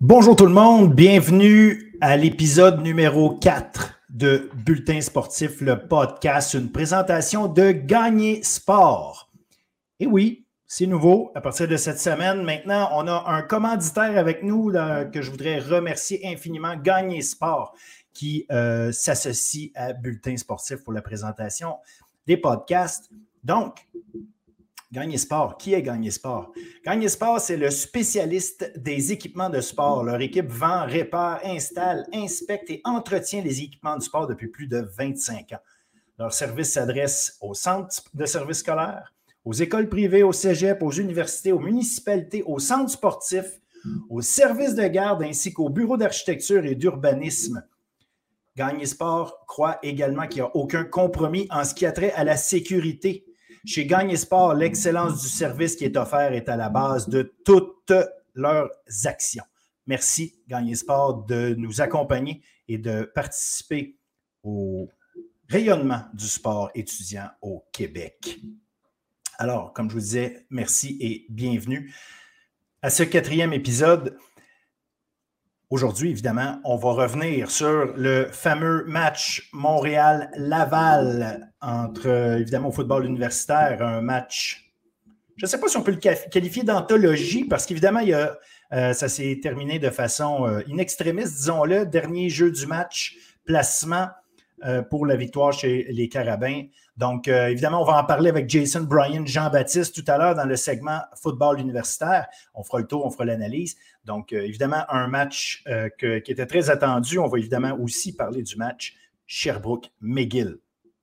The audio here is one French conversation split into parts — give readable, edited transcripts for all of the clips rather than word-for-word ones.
Bonjour tout le monde, bienvenue à l'épisode numéro 4 de Bulletin Sportif, le podcast, une présentation de Gagner Sport. Et oui, c'est nouveau, à partir de cette semaine, maintenant, on a un commanditaire avec nous là, que je voudrais remercier infiniment, Gagner Sport, qui s'associe à Bulletin Sportif pour la présentation des podcasts. Donc, Gagner Sport. Qui est Gagner Sport? Gagner Sport, c'est le spécialiste des équipements de sport. Leur équipe vend, répare, installe, inspecte et entretient les équipements de sport depuis plus de 25 ans. Leur service s'adresse aux centres de services scolaires, aux écoles privées, aux cégeps, aux universités, aux municipalités, aux centres sportifs, aux services de garde ainsi qu'aux bureaux d'architecture et d'urbanisme. Gagner Sport croit également qu'il n'y a aucun compromis en ce qui a trait à la sécurité. Chez Gagner Sport, l'excellence du service qui est offert est à la base de toutes leurs actions. Merci, Gagner Sport, de nous accompagner et de participer au rayonnement du sport étudiant au Québec. Alors, comme je vous disais, merci et bienvenue à ce 4e épisode. Aujourd'hui, évidemment, on va revenir sur le fameux match Montréal-Laval entre, évidemment, au football universitaire, un match, je ne sais pas si on peut le qualifier d'anthologie, parce qu'évidemment, ça s'est terminé de façon in extremis, disons-le, dernier jeu du match, placement pour la victoire chez les Carabins. Donc, évidemment, on va en parler avec Jason Bryan, Jean-Baptiste tout à l'heure dans le segment football universitaire. On fera le tour, on fera l'analyse. Donc, évidemment, un match qui était très attendu. On va évidemment aussi parler du match Sherbrooke-McGill.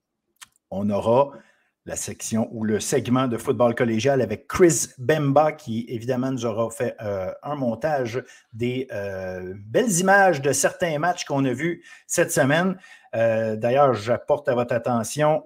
On aura la section ou le segment de football collégial avec Chris Bemba qui, évidemment, nous aura fait un montage des belles images de certains matchs qu'on a vus cette semaine. D'ailleurs, j'apporte à votre attention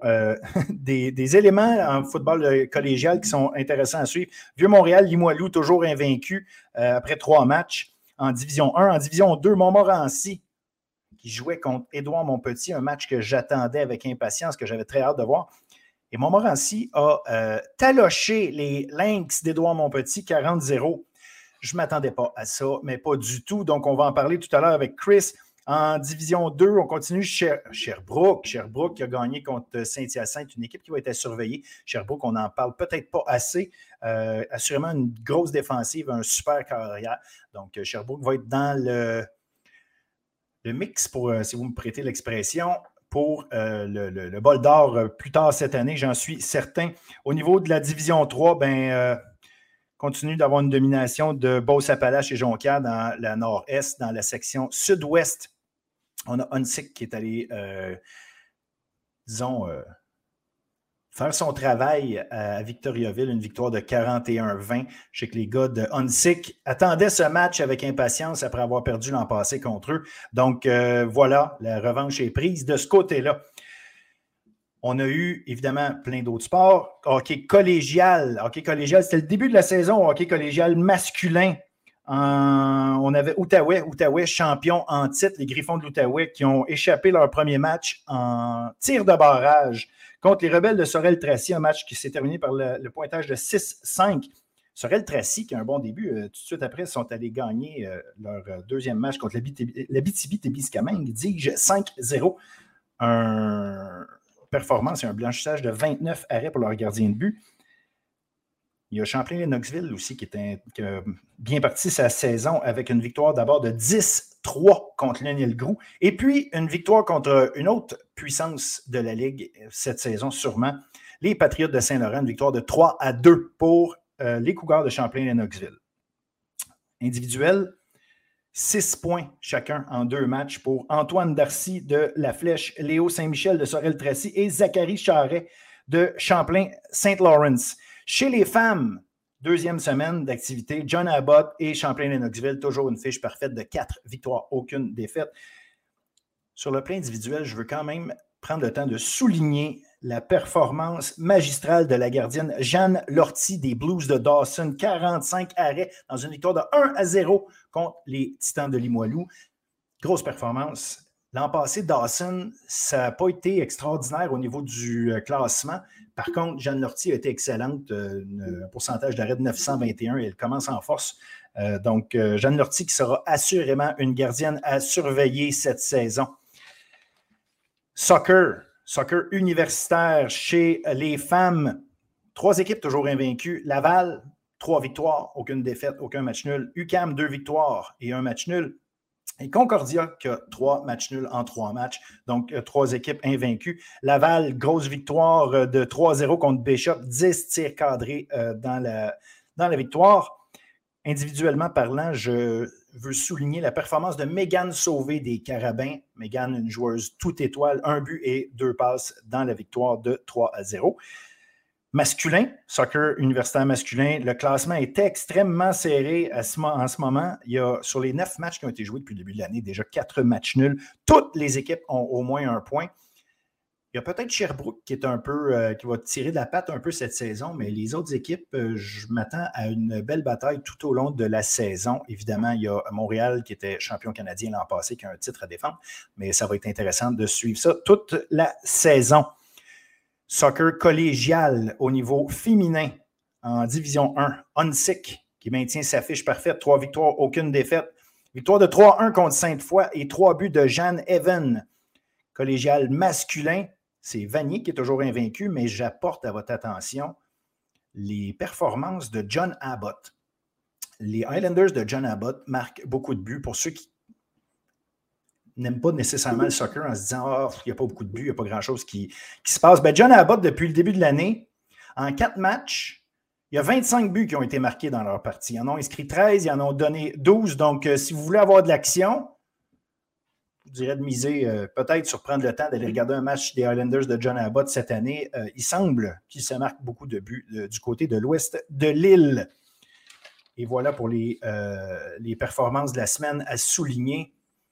des éléments en football collégial qui sont intéressants à suivre. Vieux-Montréal, Limoilou, toujours invaincu après 3 matchs en Division 1. En Division 2, Montmorency, qui jouait contre Édouard Montpetit, un match que j'attendais avec impatience, que j'avais très hâte de voir. Et Montmorency a taloché les Lynx d'Édouard Montpetit 40-0. Je ne m'attendais pas à ça, mais pas du tout. Donc, on va en parler tout à l'heure avec Chris. En Division 2, on continue Sherbrooke. Sherbrooke qui a gagné contre Saint-Hyacinthe, une équipe qui va être surveillée. Sherbrooke, on n'en parle peut-être pas assez. Assurément, une grosse défensive, un super carrière. Donc, Sherbrooke va être dans le mix, pour, si vous me prêtez l'expression, pour le bol d'or plus tard cette année, j'en suis certain. Au niveau de la Division 3, continue d'avoir une domination de Beauce-Appalaches et Jonquière dans la nord-est, dans la section sud-ouest. On a Huntsic qui est allé, faire son travail à Victoriaville, une victoire de 41-20. Je sais que les gars de Huntsic attendaient ce match avec impatience après avoir perdu l'an passé contre eux. Donc, voilà, la revanche est prise de ce côté-là. On a eu, évidemment, plein d'autres sports. Hockey collégial. Hockey collégial, c'était le début de la saison. Hockey collégial masculin. On avait Outaouais, champion en titre. Les Griffons de l'Outaouais qui ont échappé leur premier match en tir de barrage contre les Rebelles de Sorel-Tracy. Un match qui s'est terminé par le pointage de 6-5. Sorel-Tracy, qui a un bon début, tout de suite après, sont allés gagner leur deuxième match contre l'Abitibi-Témiscamingue, dis-je, 5-0. Un performance et un blanchissage de 29 arrêts pour leur gardien de but. Il y a Champlain-Lennoxville aussi qui a bien parti sa saison avec une victoire d'abord de 10-3 contre l'Unilgrou et puis une victoire contre une autre puissance de la Ligue cette saison sûrement, les Patriotes de Saint-Laurent, une victoire de 3-2 pour les Cougars de Champlain-Lennoxville. Individuel, 6 points chacun en 2 matchs pour Antoine Darcy de La Flèche, Léo Saint-Michel de Sorel-Tracy et Zachary Charret de Champlain-Saint-Lawrence. Chez les femmes, 2e semaine d'activité, John Abbott et Champlain-Lennoxville, toujours une fiche parfaite de 4 victoires, aucune défaite. Sur le plan individuel, je veux quand même prendre le temps de souligner la performance magistrale de la gardienne Jeanne Lortie des Blues de Dawson, 45 arrêts dans une victoire de 1-0 contre les Titans de Limoilou. Grosse performance L'an passé, Dawson, ça n'a pas été extraordinaire au niveau du classement. Par contre, Jeanne Lortie a été excellente, un pourcentage d'arrêt de 921 et elle commence en force. Donc, Jeanne Lortie qui sera assurément une gardienne à surveiller cette saison. Soccer universitaire chez les femmes. 3 équipes toujours invaincues. Laval, 3 victoires, aucune défaite, aucun match nul. UQAM, 2 victoires et 1 match nul. Et Concordia qui a 3 matchs nuls en 3 matchs. Donc, 3 équipes invaincues. Laval, grosse victoire de 3-0 contre Bishop. 10 tirs cadrés dans la victoire. Individuellement parlant, je veux souligner la performance de Mégane Sauvé des Carabins. Mégane, une joueuse toute étoile, 1 but et 2 passes dans la victoire de 3-0. Masculin, soccer universitaire masculin, le classement est extrêmement serré en ce moment. Il y a sur les 9 matchs qui ont été joués depuis le début de l'année, déjà 4 matchs nuls. Toutes les équipes ont au moins 1 point. Il y a peut-être Sherbrooke qui est un peu qui va tirer de la patte un peu cette saison, mais les autres équipes, je m'attends à une belle bataille tout au long de la saison. Évidemment, il y a Montréal qui était champion canadien l'an passé, qui a un titre à défendre, mais ça va être intéressant de suivre ça toute la saison. Soccer collégial au niveau féminin en Division 1. Onsic qui maintient sa fiche parfaite. 3 victoires, aucune défaite. Victoire de 3-1 contre Sainte-Foy et 3 buts de Jeanne Evan. Collégial masculin, c'est Vanier qui est toujours invaincu, mais j'apporte à votre attention les performances de John Abbott. Les Highlanders de John Abbott marquent beaucoup de buts. Pour ceux qui n'aiment pas nécessairement le soccer en se disant « Ah, il n'y a pas beaucoup de buts, il n'y a pas grand-chose qui se passe. » John Abbott, depuis le début de l'année, en 4 matchs, il y a 25 buts qui ont été marqués dans leur partie. Ils en ont inscrit 13, ils en ont donné 12. Donc, si vous voulez avoir de l'action, je vous dirais de miser peut-être sur prendre le temps d'aller regarder un match des Highlanders de John Abbott cette année. Il semble qu'il se marque beaucoup de buts du côté de l'ouest de l'île. Et voilà pour les performances de la semaine à souligner.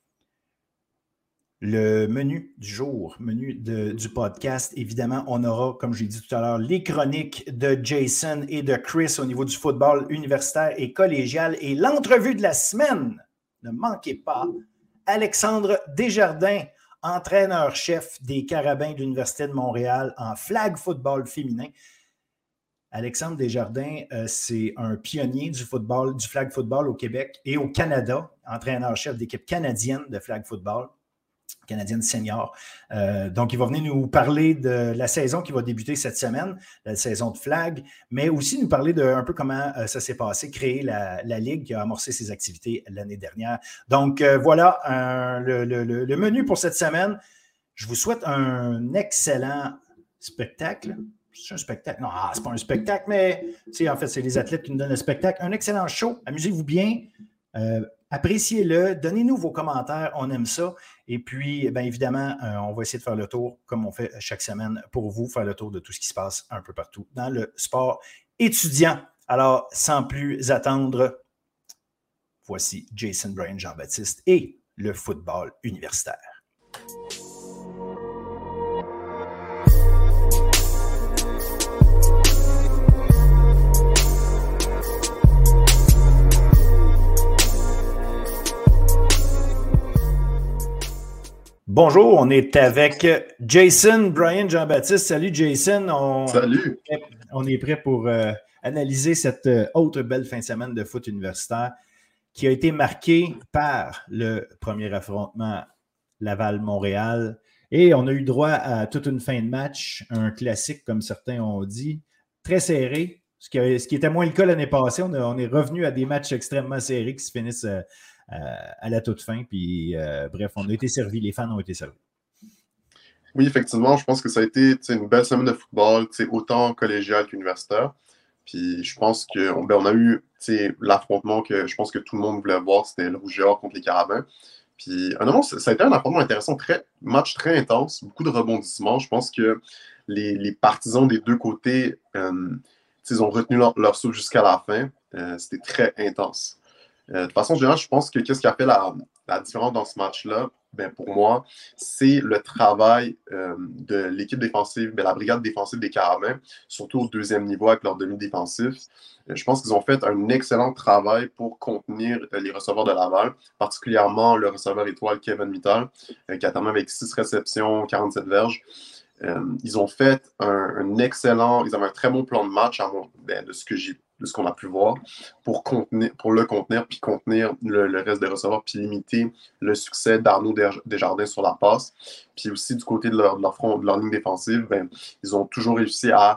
Le menu du jour, menu du podcast, évidemment, on aura, comme j'ai dit tout à l'heure, les chroniques de Jason et de Chris au niveau du football universitaire et collégial. Et l'entrevue de la semaine, ne manquez pas, Alexandre Desjardins, entraîneur-chef des Carabins de l'Université de Montréal en flag football féminin. Alexandre Desjardins, c'est un pionnier du flag football au Québec et au Canada, entraîneur-chef d'équipe canadienne de flag football. Canadienne senior. Donc, il va venir nous parler de la saison qui va débuter cette semaine, la saison de flag, mais aussi nous parler de un peu comment ça s'est passé, créer la Ligue qui a amorcé ses activités l'année dernière. Donc, voilà le menu pour cette semaine. Je vous souhaite un excellent spectacle. C'est un spectacle? Non, c'est pas un spectacle, mais en fait, c'est les athlètes qui nous donnent le spectacle. Un excellent show. Amusez-vous bien. Appréciez-le, donnez-nous vos commentaires, on aime ça. Et puis, bien évidemment, on va essayer de faire le tour, comme on fait chaque semaine, pour vous, faire le tour de tout ce qui se passe un peu partout dans le sport étudiant. Alors, sans plus attendre, voici Jason Bryan Jean-Baptiste et le football universitaire. Bonjour, on est avec Jason Bryan Jean-Baptiste. Salut Jason. Salut. On est prêt pour analyser cette autre belle fin de semaine de foot universitaire qui a été marquée par le premier affrontement Laval-Montréal. Et on a eu droit à toute une fin de match, un classique comme certains ont dit, très serré, ce qui était moins le cas l'année passée. On est revenu à des matchs extrêmement serrés qui se finissent à la toute fin. Puis, bref, on a été servis. Les fans ont été servis. Oui, effectivement, je pense que ça a été une belle semaine de football, autant collégial qu'universitaire. Puis, je pense qu'on a eu l'affrontement que je pense que tout le monde voulait voir, c'était le Rouge et Or contre les Carabins. Puis, honnêtement, ça a été un affrontement intéressant, match très intense, beaucoup de rebondissements. Je pense que les partisans des deux côtés, ils ont retenu leur souffle jusqu'à la fin. C'était très intense. De façon générale, je pense que qu'est-ce qui a fait la différence dans ce match-là, ben, pour moi, c'est le travail de l'équipe défensive, ben, la brigade défensive des Carabins, surtout au deuxième niveau avec leur demi-défensif. Je pense qu'ils ont fait un excellent travail pour contenir les receveurs de Laval, particulièrement le receveur étoile Kevin Mittal, qui a terminé avec 6 réceptions, 47 verges. Ils ont fait un excellent, ils avaient un très bon plan de match de ce qu'on a pu voir pour le contenir, puis contenir le reste des receveurs, puis limiter le succès d'Arnaud Desjardins sur la passe. Puis aussi du côté de leur ligne défensive, ben, ils ont toujours réussi à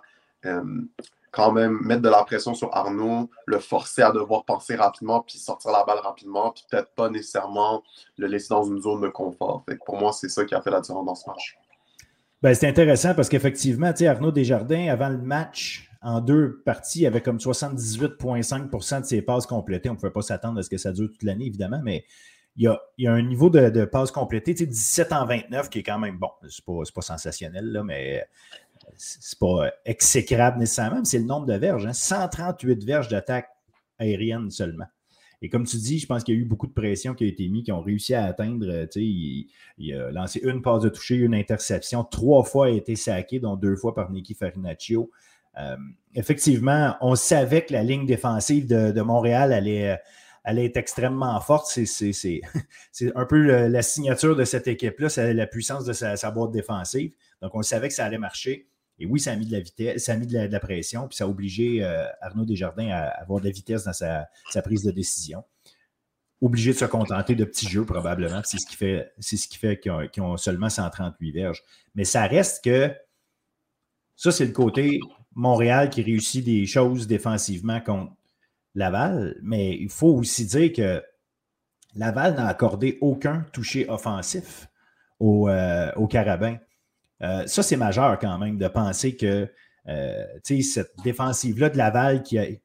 quand même mettre de la pression sur Arnaud, le forcer à devoir penser rapidement, puis sortir la balle rapidement, puis peut-être pas nécessairement le laisser dans une zone de confort. Fait que pour moi, c'est ça qui a fait la différence dans ce match. Ben, c'est intéressant parce qu'effectivement, Arnaud Desjardins, avant le match, en 2 parties, avait comme 78,5% de ses passes complétées. On ne pouvait pas s'attendre à ce que ça dure toute l'année, évidemment, mais il y a un niveau de passes complétées, 17 en 29, qui est quand même bon. C'est pas sensationnel, là, mais c'est pas exécrable nécessairement, mais c'est le nombre de verges. 138 verges d'attaque aérienne seulement. Et comme tu dis, je pense qu'il y a eu beaucoup de pression qui a été mise, qui ont réussi à atteindre. Il a lancé une passe de toucher, une interception, 3 fois a été saqué, dont 2 fois par Nicky Farinaccio. Effectivement, on savait que la ligne défensive de Montréal allait être extrêmement forte. C'est un peu la signature de cette équipe-là, c'est la puissance de sa boîte défensive. Donc, on savait que ça allait marcher. Et oui, ça a mis de la vitesse, ça a mis de la pression, puis ça a obligé Arnaud Desjardins à avoir de la vitesse dans sa prise de décision. Obligé de se contenter de petits jeux, probablement. C'est ce qui fait qu'ils ont seulement 138 verges. Mais ça reste que ça, c'est le côté Montréal qui réussit des choses défensivement contre Laval. Mais il faut aussi dire que Laval n'a accordé aucun toucher offensif aux Carabins. Ça, c'est majeur quand même de penser que cette défensive-là de Laval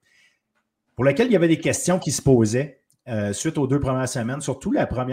pour laquelle il y avait des questions qui se posaient suite aux 2 premières semaines, surtout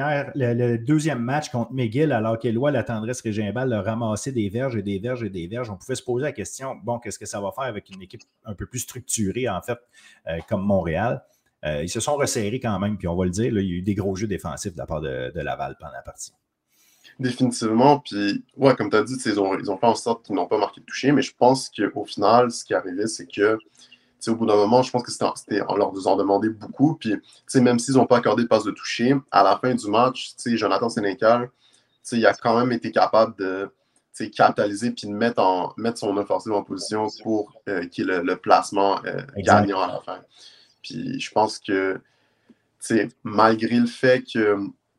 le deuxième match contre McGill, alors qu'Éloi, la tendresse Régimbal, a ramassé des verges et des verges et des verges. On pouvait se poser la question, bon, qu'est-ce que ça va faire avec une équipe un peu plus structurée, en fait, comme Montréal? Ils se sont resserrés quand même, puis on va le dire, là, il y a eu des gros jeux défensifs de la part de Laval pendant la partie. Définitivement. Puis, ouais, comme tu as dit, ils ont fait en sorte qu'ils n'ont pas marqué de toucher, mais je pense qu'au final, ce qui arrivait, c'est que, au bout d'un moment, je pense que c'était en leur faisant demander beaucoup. Puis, même s'ils n'ont pas accordé de passe de toucher, à la fin du match, Jonathan Sénécal, il a quand même été capable de capitaliser puis de mettre son offensive en position pour qu'il y ait le placement gagnant à la fin. Puis, je pense que, malgré le fait que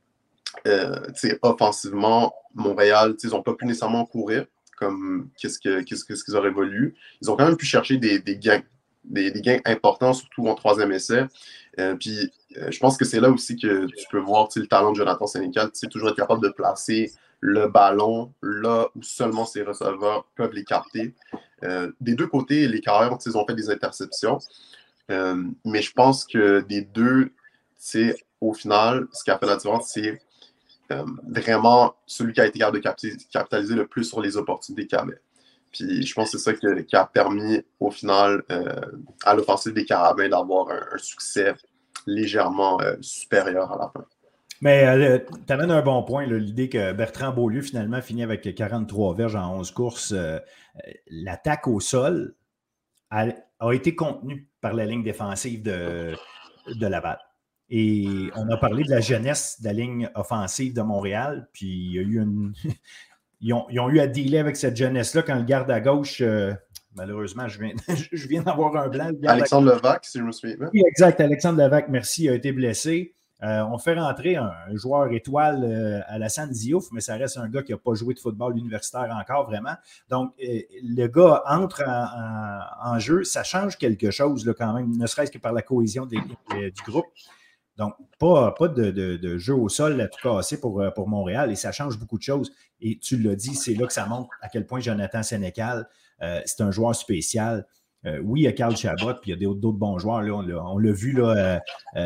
offensivement, Montréal, ils n'ont pas pu nécessairement courir comme qu'est-ce qu'ils auraient voulu. Ils ont quand même pu chercher des gains, des gains importants, surtout en 3e essai. Puis je pense que c'est là aussi que tu peux voir le talent de Jonathan Sénécal, toujours être capable de placer le ballon là où seulement ses receveurs peuvent les capter. Des 2 côtés, les Carrières, ils ont fait des interceptions. Mais je pense que des 2, au final, ce qui a fait la différence, c'est vraiment celui qui a été capable de capitaliser le plus sur les opportunités qu'il avait. Puis je pense que c'est ça qui a permis au final à l'offensive des Carabins d'avoir un succès légèrement supérieur à la fin. Mais tu amènes un bon point, l'idée que Bertrand Beaulieu finalement finit avec 43 verges en 11 courses. L'attaque au sol a été contenue par la ligne défensive de Laval. Et on a parlé de la jeunesse de la ligne offensive de Montréal, puis il y a eu ils ont eu à dealer avec cette jeunesse-là quand le garde à gauche, malheureusement, je viens d'avoir un blanc. Alexandre Levac, si je me souviens bien. Oui, exact, Alexandre Levac, merci, a été blessé. On fait rentrer un joueur étoile à la San Diouf, mais ça reste un gars qui n'a pas joué de football universitaire encore, vraiment. Donc, le gars entre en jeu, ça change quelque chose là, quand même, ne serait-ce que par la cohésion du groupe. Donc, pas de jeu au sol à tout casser pour Montréal et ça change beaucoup de choses. Et tu l'as dit, c'est là que ça montre à quel point Jonathan Sénécal, c'est un joueur spécial. Oui, il y a Carl Chabot, puis il y a d'autres bons joueurs. Là, on l'a vu, là,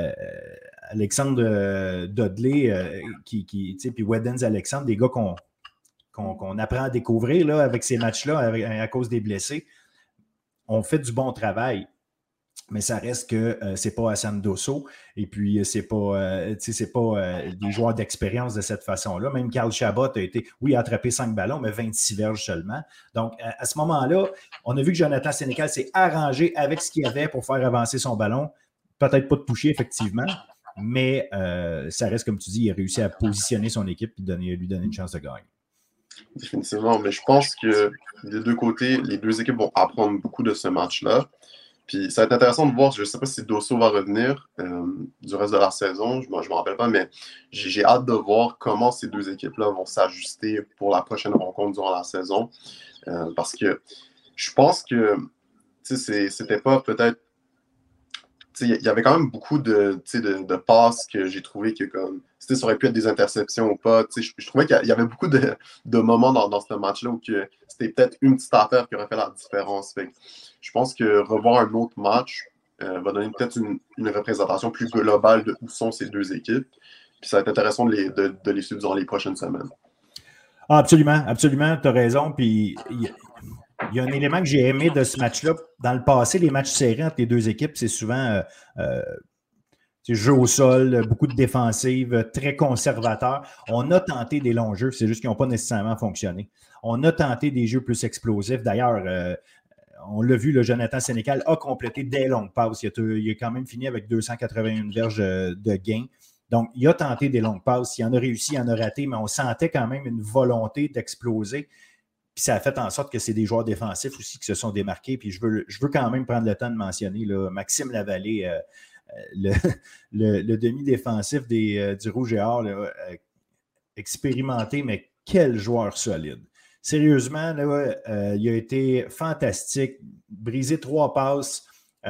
Alexandre Dudley, puis Weddens Alexandre, des gars qu'on apprend à découvrir là, avec ces matchs-là à cause des blessés. On fait du bon travail. Mais ça reste que c'est pas Hassan Dosso et puis c'est pas des joueurs d'expérience de cette façon-là. Même Carl Chabot a attrapé 5 ballons, mais 26 verges seulement. Donc, à ce moment-là, on a vu que Jonathan Sénécal s'est arrangé avec ce qu'il y avait pour faire avancer son ballon. Peut-être pas de toucher, effectivement, mais ça reste, comme tu dis, il a réussi à positionner son équipe et lui donner une chance de gagner. Définitivement, mais je pense que des deux côtés, les deux équipes vont apprendre beaucoup de ce match-là. Puis ça va être intéressant de voir, je ne sais pas si Dosso va revenir du reste de la saison, je ne me rappelle pas, mais j'ai hâte de voir comment ces deux équipes-là vont s'ajuster pour la prochaine rencontre durant la saison. Parce que je pense que c'était pas peut-être. Il y avait quand même beaucoup de passes que j'ai trouvé que comme ça aurait pu être des interceptions ou pas. Je trouvais qu'il y avait beaucoup de moments dans ce match-là où que c'était peut-être une petite affaire qui aurait fait la différence. Fait que je pense que revoir un autre match va donner peut-être une représentation plus globale de où sont ces deux équipes. Puis ça va être intéressant de les suivre durant les prochaines semaines. Ah, absolument, absolument, tu as raison. Puis il y a un élément que j'ai aimé de ce match-là. Dans le passé, les matchs serrés entre les deux équipes, c'est souvent jeu au sol, beaucoup de défensives, très conservateurs. On a tenté des longs jeux, c'est juste qu'ils n'ont pas nécessairement fonctionné. On a tenté des jeux plus explosifs. D'ailleurs, on l'a vu, le Jonathan Sénécal a complété des longues passes. Il a quand même fini avec 281 verges de gain. Donc, il a tenté des longues passes. Il en a réussi, il en a raté, mais on sentait quand même une volonté d'exploser. Puis ça a fait en sorte que c'est des joueurs défensifs aussi qui se sont démarqués. Puis je veux quand même prendre le temps de mentionner là, Maxime Lavallée, le demi-défensif du Rouge et Or, là, expérimenté, mais quel joueur solide. Sérieusement, là, il a été fantastique. Brisé 3 passes.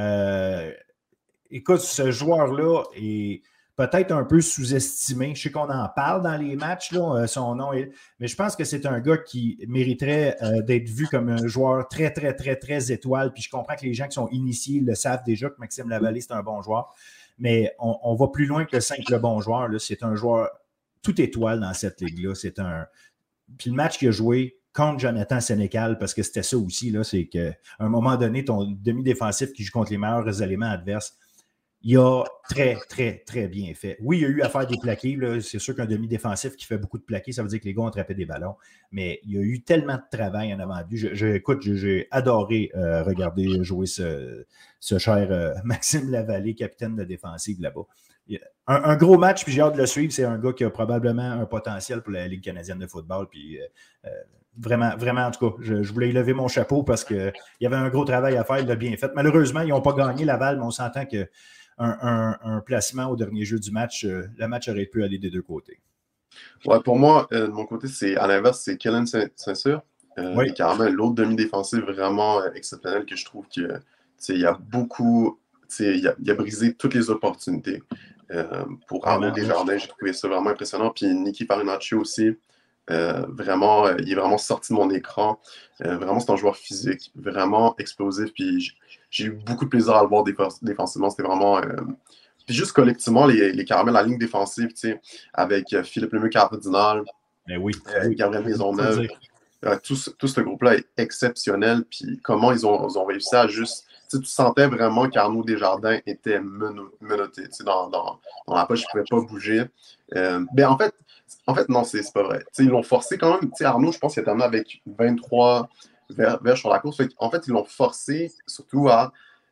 Écoute, ce joueur-là est peut-être un peu sous-estimé. Je sais qu'on en parle dans les matchs, là, son nom mais je pense que c'est un gars qui mériterait d'être vu comme un joueur très, très, très, très étoile. Puis je comprends que les gens qui sont initiés le savent déjà que Maxime Lavallée, c'est un bon joueur. Mais on va plus loin que le simple bon joueur. Là. C'est un joueur tout étoile dans cette ligue-là. Puis le match qu'il a joué contre Jonathan Sénécal, parce que c'était ça aussi, là, c'est qu'à un moment donné, ton demi-défensif qui joue contre les meilleurs éléments adverses, il a très, très, très bien fait. Oui, il y a eu à faire des plaqués. Là. C'est sûr qu'un demi-défensif qui fait beaucoup de plaqués, ça veut dire que les gars ont attrapé des ballons. Mais il y a eu tellement de travail en avant de lui. Écoute, j'ai adoré regarder jouer ce cher Maxime Lavallée, capitaine de défensive là-bas. Un gros match, puis j'ai hâte de le suivre. C'est un gars qui a probablement un potentiel pour la Ligue canadienne de football. Puis vraiment, vraiment, en tout cas, je voulais y lever mon chapeau parce qu'il y avait un gros travail à faire. Il l'a bien fait. Malheureusement, ils n'ont pas gagné Laval, mais on s'entend que un placement au dernier jeu du match, le match aurait pu aller des deux côtés. Ouais, pour moi, de mon côté, c'est à l'inverse, c'est Kellen Saint-Cyr. Oui. Et carrément, l'autre demi-défensif vraiment exceptionnel que je trouve que il a beaucoup. Il a brisé toutes les opportunités. Pour Arnaud Desjardins, j'ai trouvé ça vraiment impressionnant. Puis Nicky Farinacci aussi. Vraiment, il est vraiment sorti de mon écran. Vraiment, c'est un joueur physique, vraiment explosif. Puis j'ai eu beaucoup de plaisir à le voir défensivement. C'était vraiment. Puis juste collectivement, les caramels, la ligne défensive, avec Philippe Lemieux-Cardinal, Gabriel Maisonneuve, tout ce groupe-là est exceptionnel. Puis comment ils ont réussi à juste. Tu sentais vraiment qu'Arnaud Desjardins était menotté. Dans la poche, il ne pouvait pas bouger. Mais en fait, non, c'est pas vrai. Ils l'ont forcé quand même. Arnaud, je pense qu'il a terminé avec 23 verges sur la course. En fait, ils l'ont forcé surtout à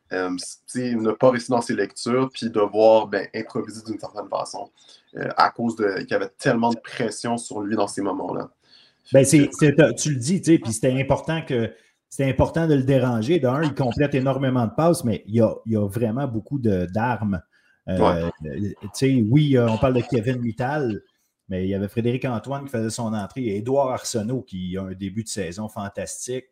ne pas rester dans ses lectures puis devoir improviser d'une certaine façon à cause qu'il y avait tellement de pression sur lui dans ces moments-là. Tu le dis, puis c'était important de le déranger. D'un, il complète énormément de passes, mais il y a vraiment beaucoup d'armes. Oui, on parle de Kevin Mittal, mais il y avait Frédéric Antoine qui faisait son entrée. Il y a Édouard Arsenault qui a un début de saison fantastique.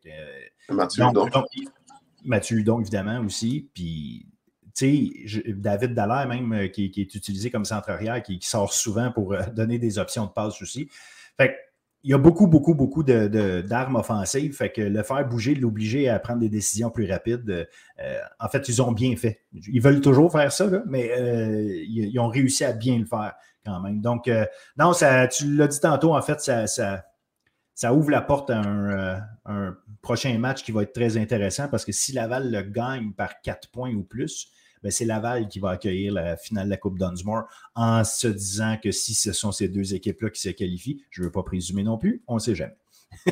Mathieu Hudon, évidemment, aussi. Puis, David Dallaire, même, qui est utilisé comme centre-arrière, qui sort souvent pour donner des options de passe aussi. Fait que, il y a beaucoup, beaucoup, beaucoup d'armes offensives. Fait que le faire bouger, l'obliger à prendre des décisions plus rapides, en fait, ils ont bien fait. Ils veulent toujours faire ça, là, mais ils ont réussi à bien le faire quand même. Donc, non, tu l'as dit tantôt, en fait, ça ça ouvre la porte à un prochain match qui va être très intéressant parce que si Laval le gagne par 4 points ou plus, ben c'est Laval qui va accueillir la finale de la Coupe Dunsmore en se disant que si ce sont ces deux équipes-là qui se qualifient, je ne veux pas présumer non plus, on ne sait jamais.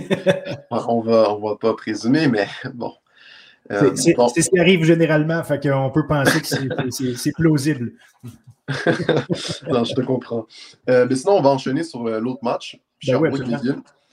On va pas présumer, mais bon. C'est ce qui arrive généralement, fait qu'on peut penser que c'est plausible. Non, je te comprends. Mais sinon, on va enchaîner sur l'autre match, Sherbrooke-McGill.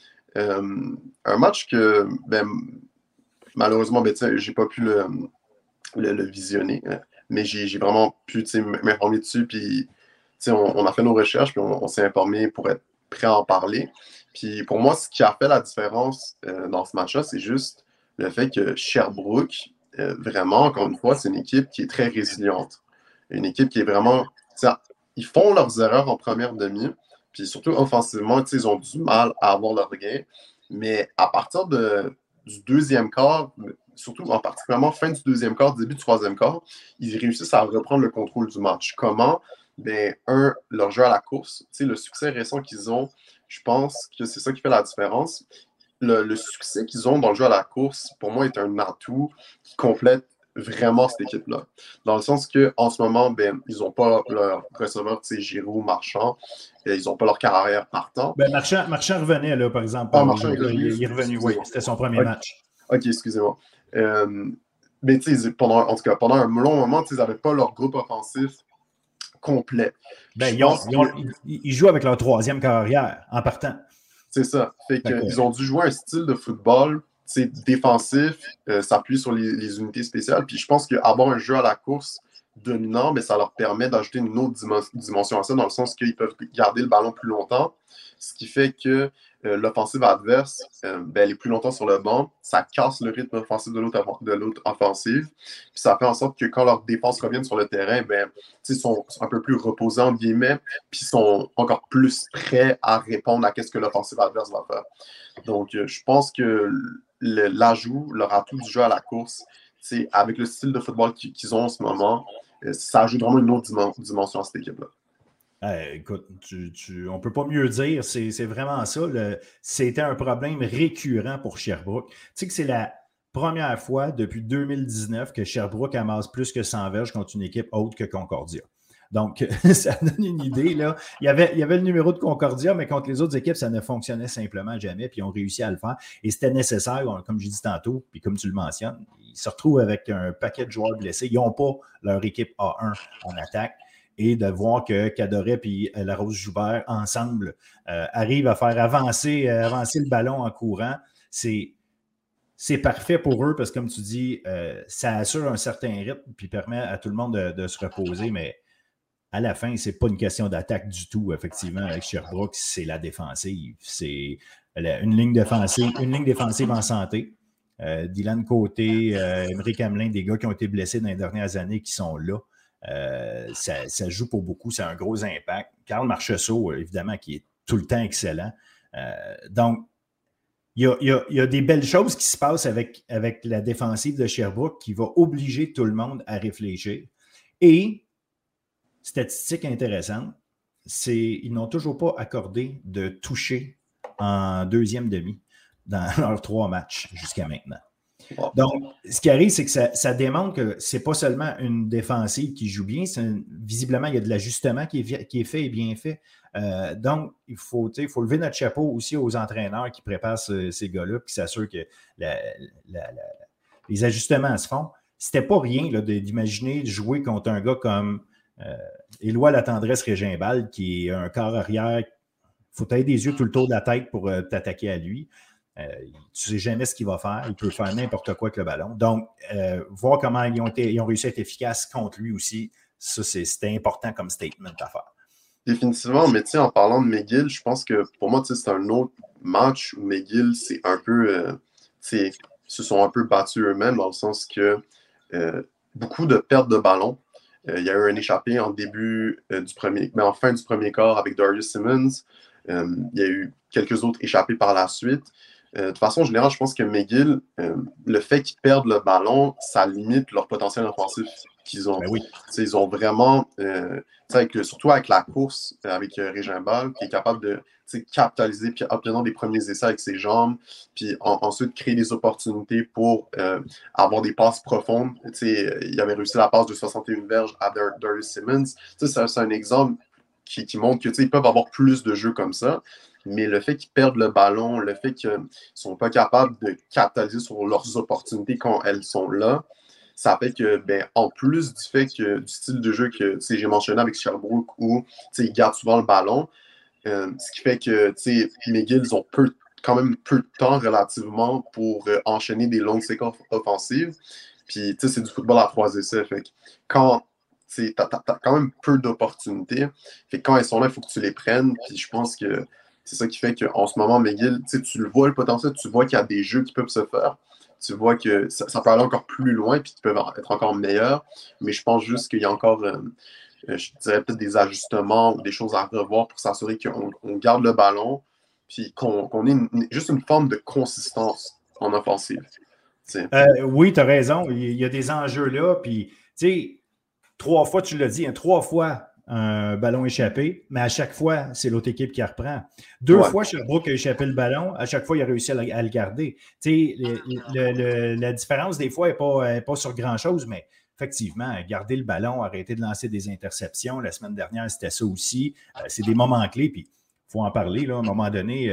Un match que, malheureusement, j'ai pas pu le visionner, mais j'ai vraiment pu m'informer dessus, puis on a fait nos recherches, puis on s'est informé pour être prêt à en parler. Puis pour moi, ce qui a fait la différence dans ce match-là, c'est juste le fait que Sherbrooke, vraiment, encore une fois, c'est une équipe qui est très résiliente. Une équipe qui est vraiment... Ils font leurs erreurs en première demi, puis surtout offensivement, ils ont du mal à avoir leur gain. Mais à partir du deuxième quart, surtout en particulièrement fin du deuxième quart, début du troisième quart, ils réussissent à reprendre le contrôle du match. Comment? Leur jeu à la course, le succès récent qu'ils ont, je pense que c'est ça qui fait la différence. Le succès qu'ils ont dans le jeu à la course, pour moi, est un atout qui complète vraiment cette équipe-là. Dans le sens qu'en ce moment, ils n'ont pas leur receveur, Giroud, Marchand, ils n'ont pas leur carrière partant. Marchand revenait, là, par exemple. Marchand est revenu. Il est revenu, oui. C'était son premier match. OK, excusez-moi. Mais pendant un long moment, ils n'avaient pas leur groupe offensif complet. Ils jouent avec leur troisième carrière en partant. C'est ça. Fait qu'ils ont dû jouer un style de football défensif, s'appuyer sur les unités spéciales. Puis je pense qu'avoir un jeu à la course dominant, mais ça leur permet d'ajouter une autre dimension à ça, dans le sens qu'ils peuvent garder le ballon plus longtemps. Ce qui fait que l'offensive adverse, elle est plus longtemps sur le banc. Ça casse le rythme offensif de l'autre offensive. Puis ça fait en sorte que quand leur défense revient sur le terrain, ils sont un peu plus reposés, entre guillemets, puis ils sont encore plus prêts à répondre à ce que l'offensive adverse va faire. Donc, je pense que l'ajout, leur atout du jeu à la course, avec le style de football qu'ils ont en ce moment, ça ajoute vraiment une autre dimension à cette équipe-là. Écoute, on ne peut pas mieux dire, c'est vraiment ça. C'était un problème récurrent pour Sherbrooke. Tu sais que c'est la première fois depuis 2019 que Sherbrooke amasse plus que 100 verges contre une équipe autre que Concordia. Donc, ça donne une idée. Là. Il y avait le numéro de Concordia, mais contre les autres équipes, ça ne fonctionnait simplement jamais, puis ils ont réussi à le faire. Et c'était nécessaire, comme j'ai dit tantôt, puis comme tu le mentionnes, ils se retrouvent avec un paquet de joueurs blessés. Ils n'ont pas leur équipe A1 en attaque. Et de voir que Cadoret et Larose-Joubert, ensemble, arrivent à faire avancer le ballon en courant, c'est parfait pour eux parce que, comme tu dis, ça assure un certain rythme puis permet à tout le monde de se reposer, mais à la fin, ce n'est pas une question d'attaque du tout, effectivement, avec Sherbrooke, c'est la défensive. C'est une ligne défensive en santé. Dylan Côté, Émeric Hamelin, des gars qui ont été blessés dans les dernières années qui sont là. Ça joue pour beaucoup, ça a un gros impact. Carl Marchessault, évidemment, qui est tout le temps excellent. Donc, il y a des belles choses qui se passent avec la défensive de Sherbrooke qui va obliger tout le monde à réfléchir. Et, statistique intéressante, ils n'ont toujours pas accordé de toucher en deuxième demi dans leurs 3 matchs jusqu'à maintenant. Donc, ce qui arrive, c'est que ça démontre que ce n'est pas seulement une défensive qui joue bien, visiblement, il y a de l'ajustement qui est fait et bien fait. Donc, il faut lever notre chapeau aussi aux entraîneurs qui préparent ces gars-là qui s'assurent que les ajustements se font. C'était pas rien là, d'imaginer jouer contre un gars comme Éloi Latendresse Régimbal, qui est un corps arrière. Il faut tailler des yeux tout le tour de la tête pour t'attaquer à lui. Tu ne sais jamais ce qu'il va faire. Il peut faire n'importe quoi avec le ballon. Donc, voir comment ils ont réussi à être efficaces contre lui aussi, ça, c'était important comme statement à faire. Définitivement, mais en parlant de McGill, je pense que pour moi, c'est un autre match où McGill, c'est un peu, se sont un peu battus eux-mêmes dans le sens que beaucoup de pertes de ballon. Il y a eu un échappé en fin du premier quart avec Darius Simmons. Il y a eu quelques autres échappés par la suite. De façon générale, je pense que McGill, le fait qu'ils perdent le ballon, ça limite leur potentiel offensif. qu'ils ont. Ben oui. Ils ont vraiment, surtout avec la course, avec Régimbal, qui est capable de capitaliser puis obtenir des premiers essais avec ses jambes, puis ensuite créer des opportunités pour avoir des passes profondes. Il avait réussi la passe de 61 verges à Darius Simmons. C'est un exemple qui montre qu'ils peuvent avoir plus de jeux comme ça. Mais le fait qu'ils perdent le ballon, le fait qu'ils ne sont pas capables de capitaliser sur leurs opportunités quand elles sont là, ça fait que, en plus du fait que du style de jeu que j'ai mentionné avec Sherbrooke où ils gardent souvent le ballon, ce qui fait que McGill, ils ont quand même peu de temps relativement pour enchaîner des longues séquences offensives. Puis c'est du football à 3 essais. Fait que quand t'as quand même peu d'opportunités. Fait que quand elles sont là, il faut que tu les prennes. Puis je pense que c'est ça qui fait qu'en ce moment, McGill, tu le vois le potentiel, tu vois qu'il y a des jeux qui peuvent se faire. Tu vois que ça peut aller encore plus loin puis qu'ils peuvent être encore meilleurs. Mais je pense juste qu'il y a encore, je dirais peut-être des ajustements ou des choses à revoir pour s'assurer qu'on garde le ballon puis qu'on ait juste une forme de consistance en offensive. Oui, tu as raison. Il y a des enjeux là. Puis, tu sais, 3 fois, tu l'as dit, 3 fois un ballon échappé, mais à chaque fois, c'est l'autre équipe qui reprend. 2 fois, Sherbrooke a échappé le ballon. À chaque fois, il a réussi à le garder. Tu sais, la différence, des fois, n'est pas sur grand-chose, mais effectivement, garder le ballon, arrêter de lancer des interceptions. La semaine dernière, c'était ça aussi. C'est des moments clés, puis il faut en parler. Là, à un moment donné,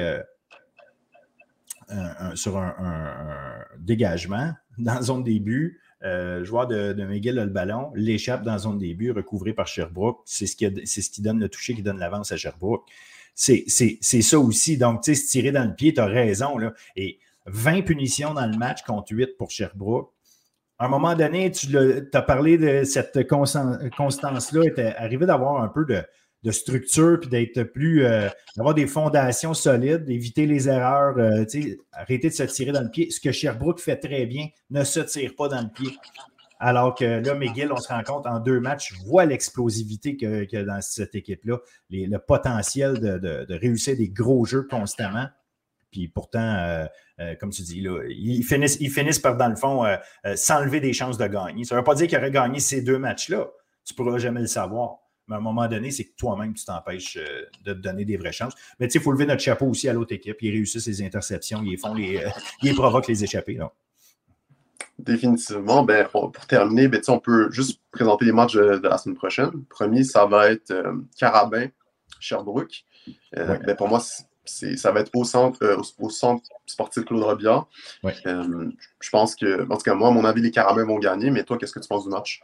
sur un dégagement dans la zone des buts, le joueur de McGill a le ballon, l'échappe dans la zone des buts, recouvré par Sherbrooke. C'est ce qui donne le toucher, qui donne l'avance à Sherbrooke. C'est ça aussi. Donc, tu sais, se tirer dans le pied, tu as raison. Là. Et 20 punitions dans le match contre 8 pour Sherbrooke. À un moment donné, tu as parlé de cette constance-là, tu es arrivé d'avoir un peu de structure, puis d'être plus, d'avoir des fondations solides, d'éviter les erreurs, arrêter de se tirer dans le pied. Ce que Sherbrooke fait très bien, ne se tire pas dans le pied. Alors que là, McGill, on se rend compte en 2 matchs, je vois l'explosivité qu'il y a dans cette équipe-là, le potentiel de réussir des gros jeux constamment. Puis pourtant, comme tu dis, là, ils finissent par, dans le fond, s'enlever des chances de gagner. Ça ne veut pas dire qu'ils auraient gagné ces 2 matchs-là. Tu ne pourras jamais le savoir. Mais à un moment donné, c'est que toi-même, tu t'empêches de te donner des vraies chances. Mais tu sais, il faut lever notre chapeau aussi à l'autre équipe. Ils réussissent les interceptions, ils provoquent les échappées. Là. Définitivement. Pour terminer, on peut juste présenter les matchs de la semaine prochaine. Le premier, ça va être Carabin, Sherbrooke. Pour moi, ça va être au centre sportif Claude Robillard. Ouais. Je pense que, en tout cas, moi, à mon avis, les Carabins vont gagner. Mais toi, qu'est-ce que tu penses du match?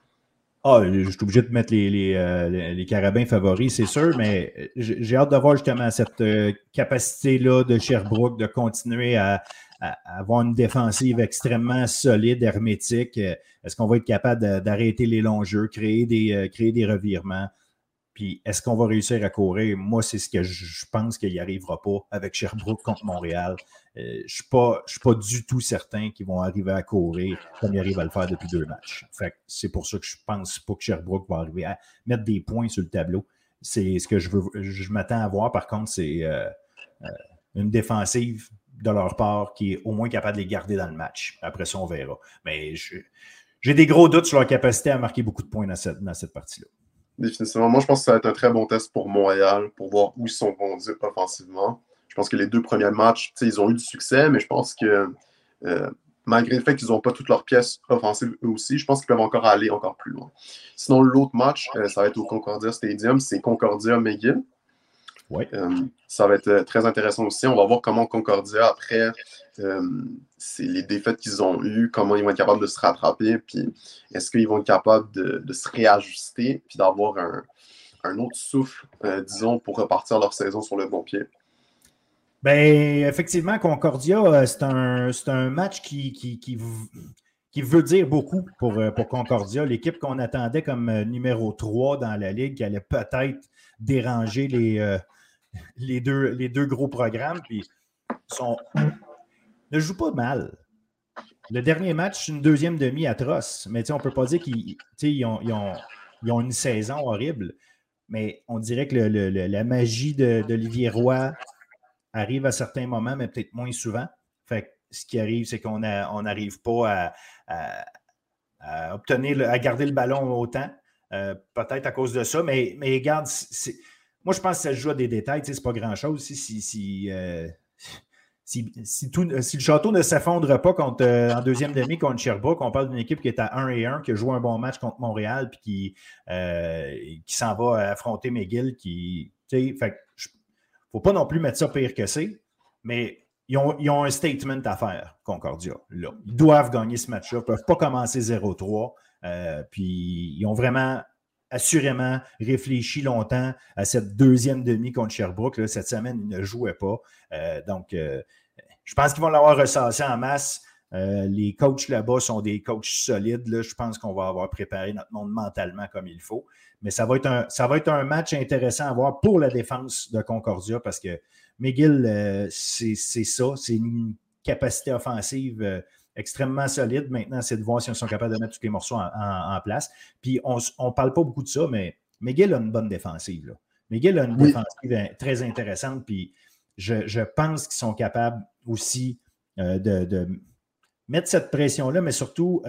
Je suis obligé de mettre les Carabins favoris, c'est sûr, mais j'ai hâte de voir justement cette capacité-là de Sherbrooke de continuer à avoir une défensive extrêmement solide, hermétique. Est-ce qu'on va être capable d'arrêter les longs jeux, créer des revirements? Puis est-ce qu'on va réussir à courir? Moi, c'est ce que je pense qu'il n'y arrivera pas avec Sherbrooke contre Montréal. Je ne suis pas du tout certain qu'ils vont arriver à courir comme ils arrivent à le faire depuis 2 matchs. Fait que c'est pour ça que je pense pas que Sherbrooke va arriver à mettre des points sur le tableau. C'est ce que je m'attends à voir. Par contre, c'est une défensive de leur part qui est au moins capable de les garder dans le match. Après ça, on verra. Mais j'ai des gros doutes sur leur capacité à marquer beaucoup de points dans cette partie-là. Définitivement. Moi, je pense que ça va être un très bon test pour Montréal pour voir où ils sont rendus offensivement. Je pense que les 2 premiers matchs, ils ont eu du succès, mais je pense que malgré le fait qu'ils n'ont pas toutes leurs pièces offensives eux aussi, je pense qu'ils peuvent encore aller encore plus loin. Sinon, l'autre match, ça va être au Concordia Stadium, c'est Concordia-McGill. Ouais. Ça va être très intéressant aussi. On va voir comment Concordia, après les défaites qu'ils ont eues, comment ils vont être capables de se rattraper, puis est-ce qu'ils vont être capables de se réajuster, puis d'avoir un autre souffle, disons, pour repartir leur saison sur le bon pied. Ben, effectivement, Concordia, c'est un match qui veut dire beaucoup pour Concordia. L'équipe qu'on attendait comme numéro 3 dans la Ligue, qui allait peut-être déranger les deux gros programmes, puis ne jouent pas mal. Le dernier match, c'est une deuxième demi atroce, mais on ne peut pas dire qu'ils ont une saison horrible, mais on dirait que la magie d'Olivier Roy arrive à certains moments, mais peut-être moins souvent. Fait que ce qui arrive, c'est qu'on n'arrive pas à garder le ballon autant. Peut-être à cause de ça, mais regarde, moi, je pense que ça se joue à des détails. C'est pas grand-chose. Si le Château ne s'effondre pas en deuxième demi contre Sherbrooke, on parle d'une équipe qui est à 1-1, qui a joué un bon match contre Montréal, puis qui s'en va affronter McGill. Il ne faut pas non plus mettre ça pire que c'est, mais ils ont un statement à faire, Concordia. Là. Ils doivent gagner ce match-là. Ils ne peuvent pas commencer 0-3. Puis ils ont vraiment assurément réfléchi longtemps à cette deuxième demi contre Sherbrooke. Là. Cette semaine, ils ne jouaient pas. Donc, je pense qu'ils vont l'avoir ressassé en masse. Les coachs là-bas sont des coachs solides. Là. Je pense qu'on va avoir préparé notre monde mentalement comme il faut. Mais ça va être un match intéressant à voir pour la défense de Concordia parce que McGill, c'est ça. C'est une capacité offensive extrêmement solide. Maintenant, c'est de voir si ils sont capables de mettre tous les morceaux en place. Puis, on ne parle pas beaucoup de ça, mais McGill a une bonne défensive. Là. McGill a une défensive très intéressante. Puis, je pense qu'ils sont capables aussi de mettre cette pression-là, mais surtout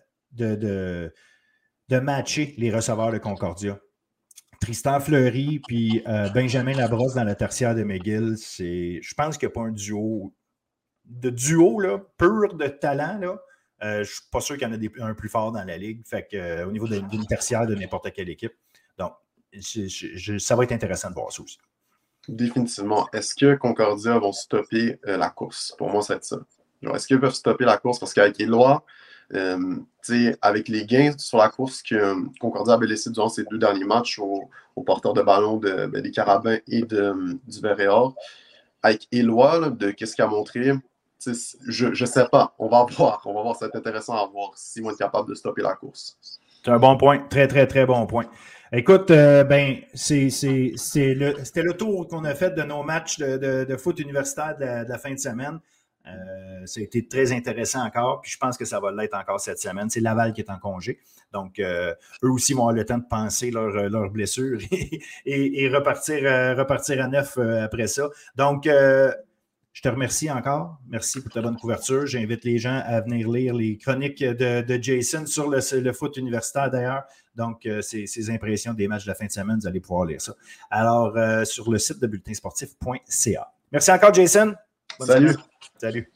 de matcher les receveurs de Concordia. Tristan Fleury puis Benjamin Labrosse dans la tertiaire de McGill, je pense qu'il n'y a pas un duo là, pur de talent. Là. Je ne suis pas sûr qu'il y en a un plus fort dans la ligue. Fait que, au niveau d'une tertiaire de n'importe quelle équipe. Donc, ça va être intéressant de voir ça aussi. Définitivement. Est-ce que Concordia vont stopper la course? Pour moi, c'est ça. Genre, est-ce qu'ils peuvent stopper la course? Parce qu'avec Éloi, avec les gains sur la course que Concordia avait laissé durant ces 2 derniers matchs aux porteurs de ballon des Carabins et du Vert-et-Or, avec Éloi, de qu'est-ce qu'il a montré, je ne sais pas. On va voir. Ça va être intéressant à voir s'ils vont être capables de stopper la course. C'est un bon point. Très, très, très bon point. Écoute, c'était le tour qu'on a fait de nos matchs de foot universitaire de la fin de semaine. Ça a été très intéressant encore, puis je pense que ça va l'être encore cette semaine. C'est Laval qui est en congé. Donc, eux aussi vont avoir le temps de penser leurs blessures et repartir à neuf après ça. Donc, je te remercie encore. Merci pour ta bonne couverture. J'invite les gens à venir lire les chroniques de Jason sur le foot universitaire d'ailleurs. Donc, ses impressions des matchs de la fin de semaine, vous allez pouvoir lire ça. Alors, sur le site de bulletinsportif.ca. Merci encore, Jason. Bonne Salut. semaine. Salut.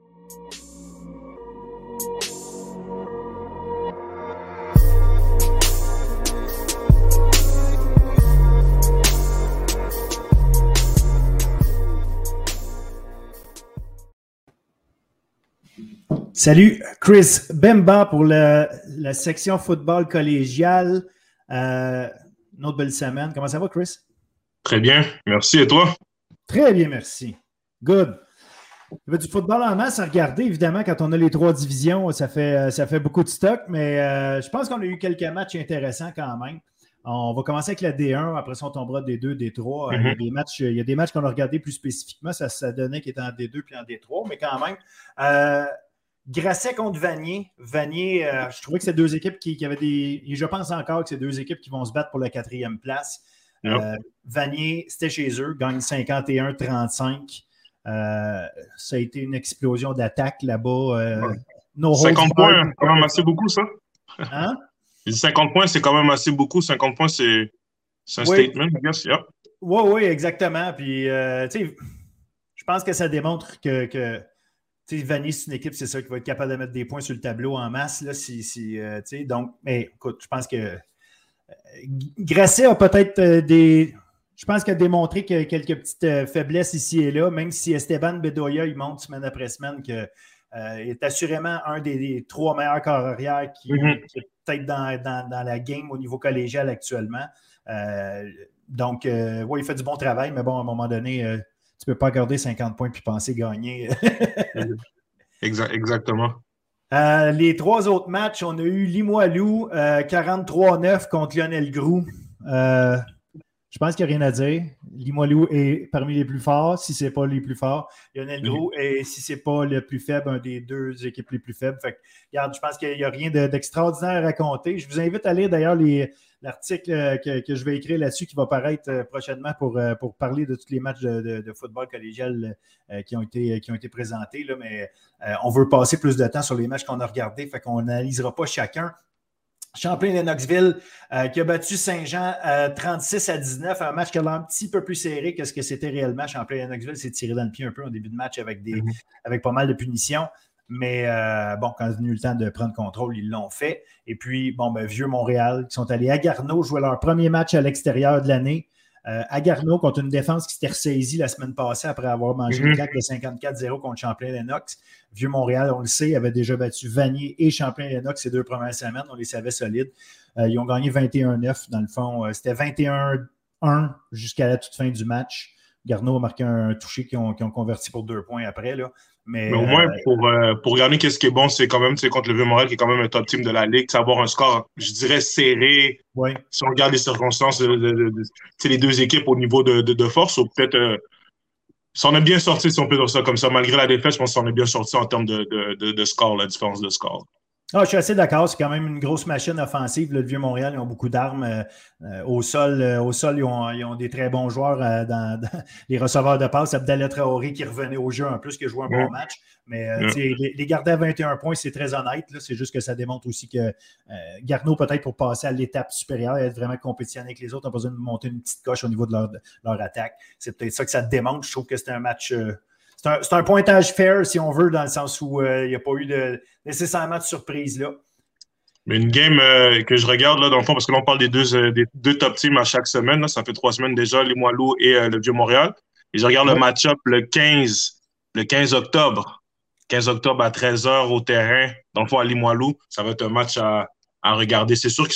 Salut, Chris Bemba pour la section football collégial. Une autre belle semaine. Comment ça va, Chris? Très bien, merci. Et toi? Très bien, merci. Good. Il y avait du football en masse à regarder, évidemment, quand on a les 3 divisions, ça fait beaucoup de stock, mais je pense qu'on a eu quelques matchs intéressants quand même. On va commencer avec la D1, après ça on tombera D2, D3. Il y a des matchs qu'on a regardés plus spécifiquement, ça donnait qu'ils étaient en D2 puis en D3, mais quand même. Grasset contre Vanier. Vanier, je trouvais que c'est 2 équipes qui avaient des... Et je pense encore que c'est 2 équipes qui vont se battre pour la 4e place. Vanier, c'était chez eux, gagne 51-35. Ça a été une explosion d'attaque là-bas. 50 points, quand même assez beaucoup, ça. Hein? 50 points, c'est quand même assez beaucoup. 50 points, c'est un statement, I guess. Yep. Oui, exactement. Puis, tu sais, je pense que ça démontre que Vanier, c'est une équipe, c'est ça, qui va être capable de mettre des points sur le tableau en masse. Là, donc, mais écoute, je pense que Grasset a peut-être je pense qu'il a démontré que quelques petites faiblesses ici et là, même si Esteban Bedoya, il montre semaine après semaine qu'il est assurément un des 3 meilleurs corps arrière qui est peut-être dans la game au niveau collégial actuellement. Donc, il fait du bon travail, mais bon, à un moment donné, tu ne peux pas garder 50 points puis penser gagner. Exactement. Les 3 autres matchs, on a eu Limoilou 43-9 contre Lionel Groux. Je pense qu'il n'y a rien à dire. Limoilou est parmi les plus forts, si ce n'est pas les plus forts. Lionel Groulx est, si ce n'est pas le plus faible, un des deux équipes les plus faibles. Fait que, regarde, je pense qu'il n'y a rien d'extraordinaire à raconter. Je vous invite à lire d'ailleurs l'article que je vais écrire là-dessus qui va paraître prochainement pour parler de tous les matchs de football collégial qui ont été présentés. Là, mais on veut passer plus de temps sur les matchs qu'on a regardés, fait qu'on n'analysera pas chacun. Champlain-Lennoxville qui a battu Saint-Jean 36-19, un match qui a l'air un petit peu plus serré que ce que c'était réellement. Champlain-Lennoxville s'est tiré dans le pied un peu en début de match avec pas mal de punitions. Mais bon, quand c'est venu le temps de prendre contrôle, ils l'ont fait. Et puis, Vieux-Montréal, qui sont allés à Garneau jouer leur premier match à l'extérieur de l'année. À Garneau, contre une défense qui s'était ressaisie la semaine passée après avoir mangé une claque de 54-0 contre Champlain-Lennox. Vieux-Montréal, on le sait, avait déjà battu Vanier et Champlain-Lennox ces 2 premières semaines. On les savait solides. Ils ont gagné 21-9 dans le fond. C'était 21-1 jusqu'à la toute fin du match. Garneau a marqué un touché qui ont converti pour 2 points après. Là. Mais au moins, pour regarder qu'est-ce qui est bon, c'est quand même contre le Vieux-Montréal, qui est quand même un top team de la Ligue, avoir un score, je dirais, serré. Ouais. Si on regarde les circonstances, les deux équipes au niveau de force, ou peut-être, si on est bien sorti, si on peut dire ça comme ça, malgré la défaite, je pense qu'on est bien sorti en termes de score, la différence de score. Ah, je suis assez d'accord. C'est quand même une grosse machine offensive. Le Vieux-Montréal, ils ont beaucoup d'armes. Au sol, ils ont des très bons joueurs dans les receveurs de passe. Abdallah Traoré qui revenait au jeu en plus, qui a joué un bon match. Mais les garder à 21 points, c'est très honnête. Là. C'est juste que ça démontre aussi que Garneau, peut-être pour passer à l'étape supérieure et être vraiment compétitionné avec les autres, n'a pas besoin de monter une petite coche au niveau de leur attaque. C'est peut-être ça que ça démontre. Je trouve que c'était un match... C'est un pointage fair, si on veut, dans le sens où il n'y a pas eu nécessairement de surprise là. Mais une game que je regarde, là, dans le fond, parce que là, on parle des deux top teams à chaque semaine. Là, ça fait 3 semaines déjà, Limoilou et le Vieux-Montréal. Et je regarde le match-up le 15 octobre. 15 octobre à 13h au terrain, dans le fond, à Limoilou. Ça va être un match à regarder. C'est sûr que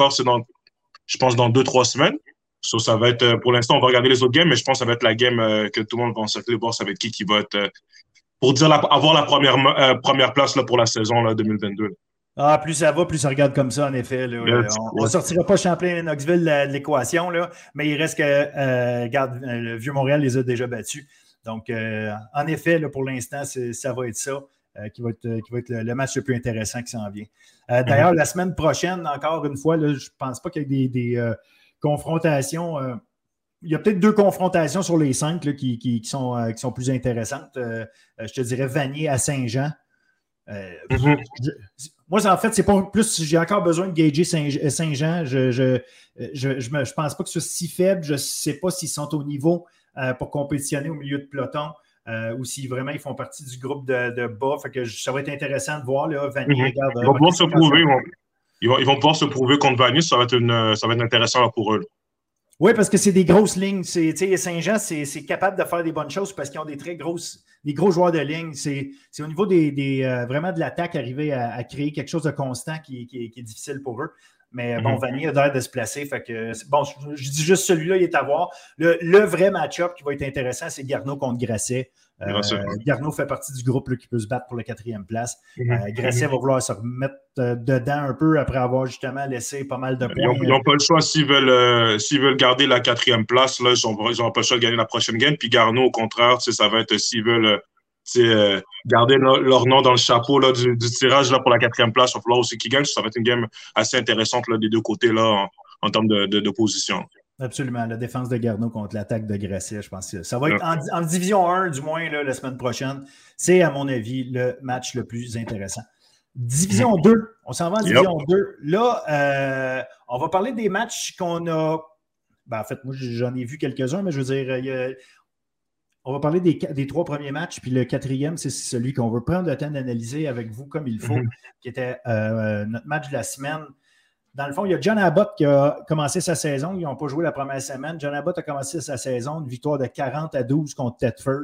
je pense, dans 2-3 semaines. So, ça va être, pour l'instant, on va regarder les autres games, mais je pense que ça va être la game que tout le monde va encercler, voir ça va être qui va être, pour dire avoir la première place là, pour la saison là, 2022. Ah, plus ça va, plus ça regarde comme ça, en effet. Là, on ne sortira pas Champlain-Lennoxville de l'équation, là, mais il reste que, regarde, le Vieux-Montréal les a déjà battus. Donc, en effet, là, pour l'instant, ça va être ça qui va être le match le plus intéressant qui s'en vient. D'ailleurs, la semaine prochaine, encore une fois, là, je ne pense pas qu'il y ait des confrontations. Il y a peut-être 2 confrontations sur les 5 là, qui sont plus intéressantes. Je te dirais Vanier à Saint-Jean. Moi, en fait, c'est pas plus. J'ai encore besoin de gager Saint-Jean. Je pense pas que ce soit si faible. Je ne sais pas s'ils sont au niveau pour compétitionner au milieu de peloton ou si vraiment ils font partie du groupe de bas. Fait que ça va être intéressant de voir. Là, Vanier, regarde, ils vont pouvoir se prouver. Ils vont pouvoir se prouver contre Vanier. Ça va être intéressant pour eux. Oui, parce que c'est des grosses lignes. Saint-Jean, c'est capable de faire des bonnes choses parce qu'ils ont des gros joueurs de ligne. C'est au niveau vraiment de l'attaque, arriver à créer quelque chose de constant qui est difficile pour eux. Mais bon, Vanier a l'air de se placer. Fait que, bon, je dis juste celui-là, il est à voir. Le vrai match-up qui va être intéressant, c'est Garneau contre Grasset. Garneau fait partie du groupe là, qui peut se battre pour la 4e place. Grasset va vouloir se remettre dedans un peu après avoir justement laissé pas mal de points. Ils n'ont pas le choix s'ils veulent garder la 4e place. Là, ils n'ont pas le choix de gagner la prochaine game. Puis Garneau, au contraire, ça va être s'ils veulent garder leur nom dans le chapeau là, du tirage là, pour la 4e place. Il va falloir aussi qu'ils gagnent. Ça va être une game assez intéressante là, des deux côtés là, en termes de position. Absolument. La défense de Garneau contre l'attaque de Grasset, je pense que ça va être en division 1, du moins, là, la semaine prochaine. C'est, à mon avis, le match le plus intéressant. Division 2. On s'en va en division 2. Là, on va parler des matchs qu'on a... En fait, moi, j'en ai vu quelques-uns, mais je veux dire, on va parler des 3 premiers matchs, puis le 4e, c'est celui qu'on veut prendre le temps d'analyser avec vous comme il faut, qui était notre match de la semaine. Dans le fond, il y a John Abbott qui a commencé sa saison. Ils n'ont pas joué la première semaine. John Abbott a commencé sa saison, une victoire de 40-12 contre Thetford.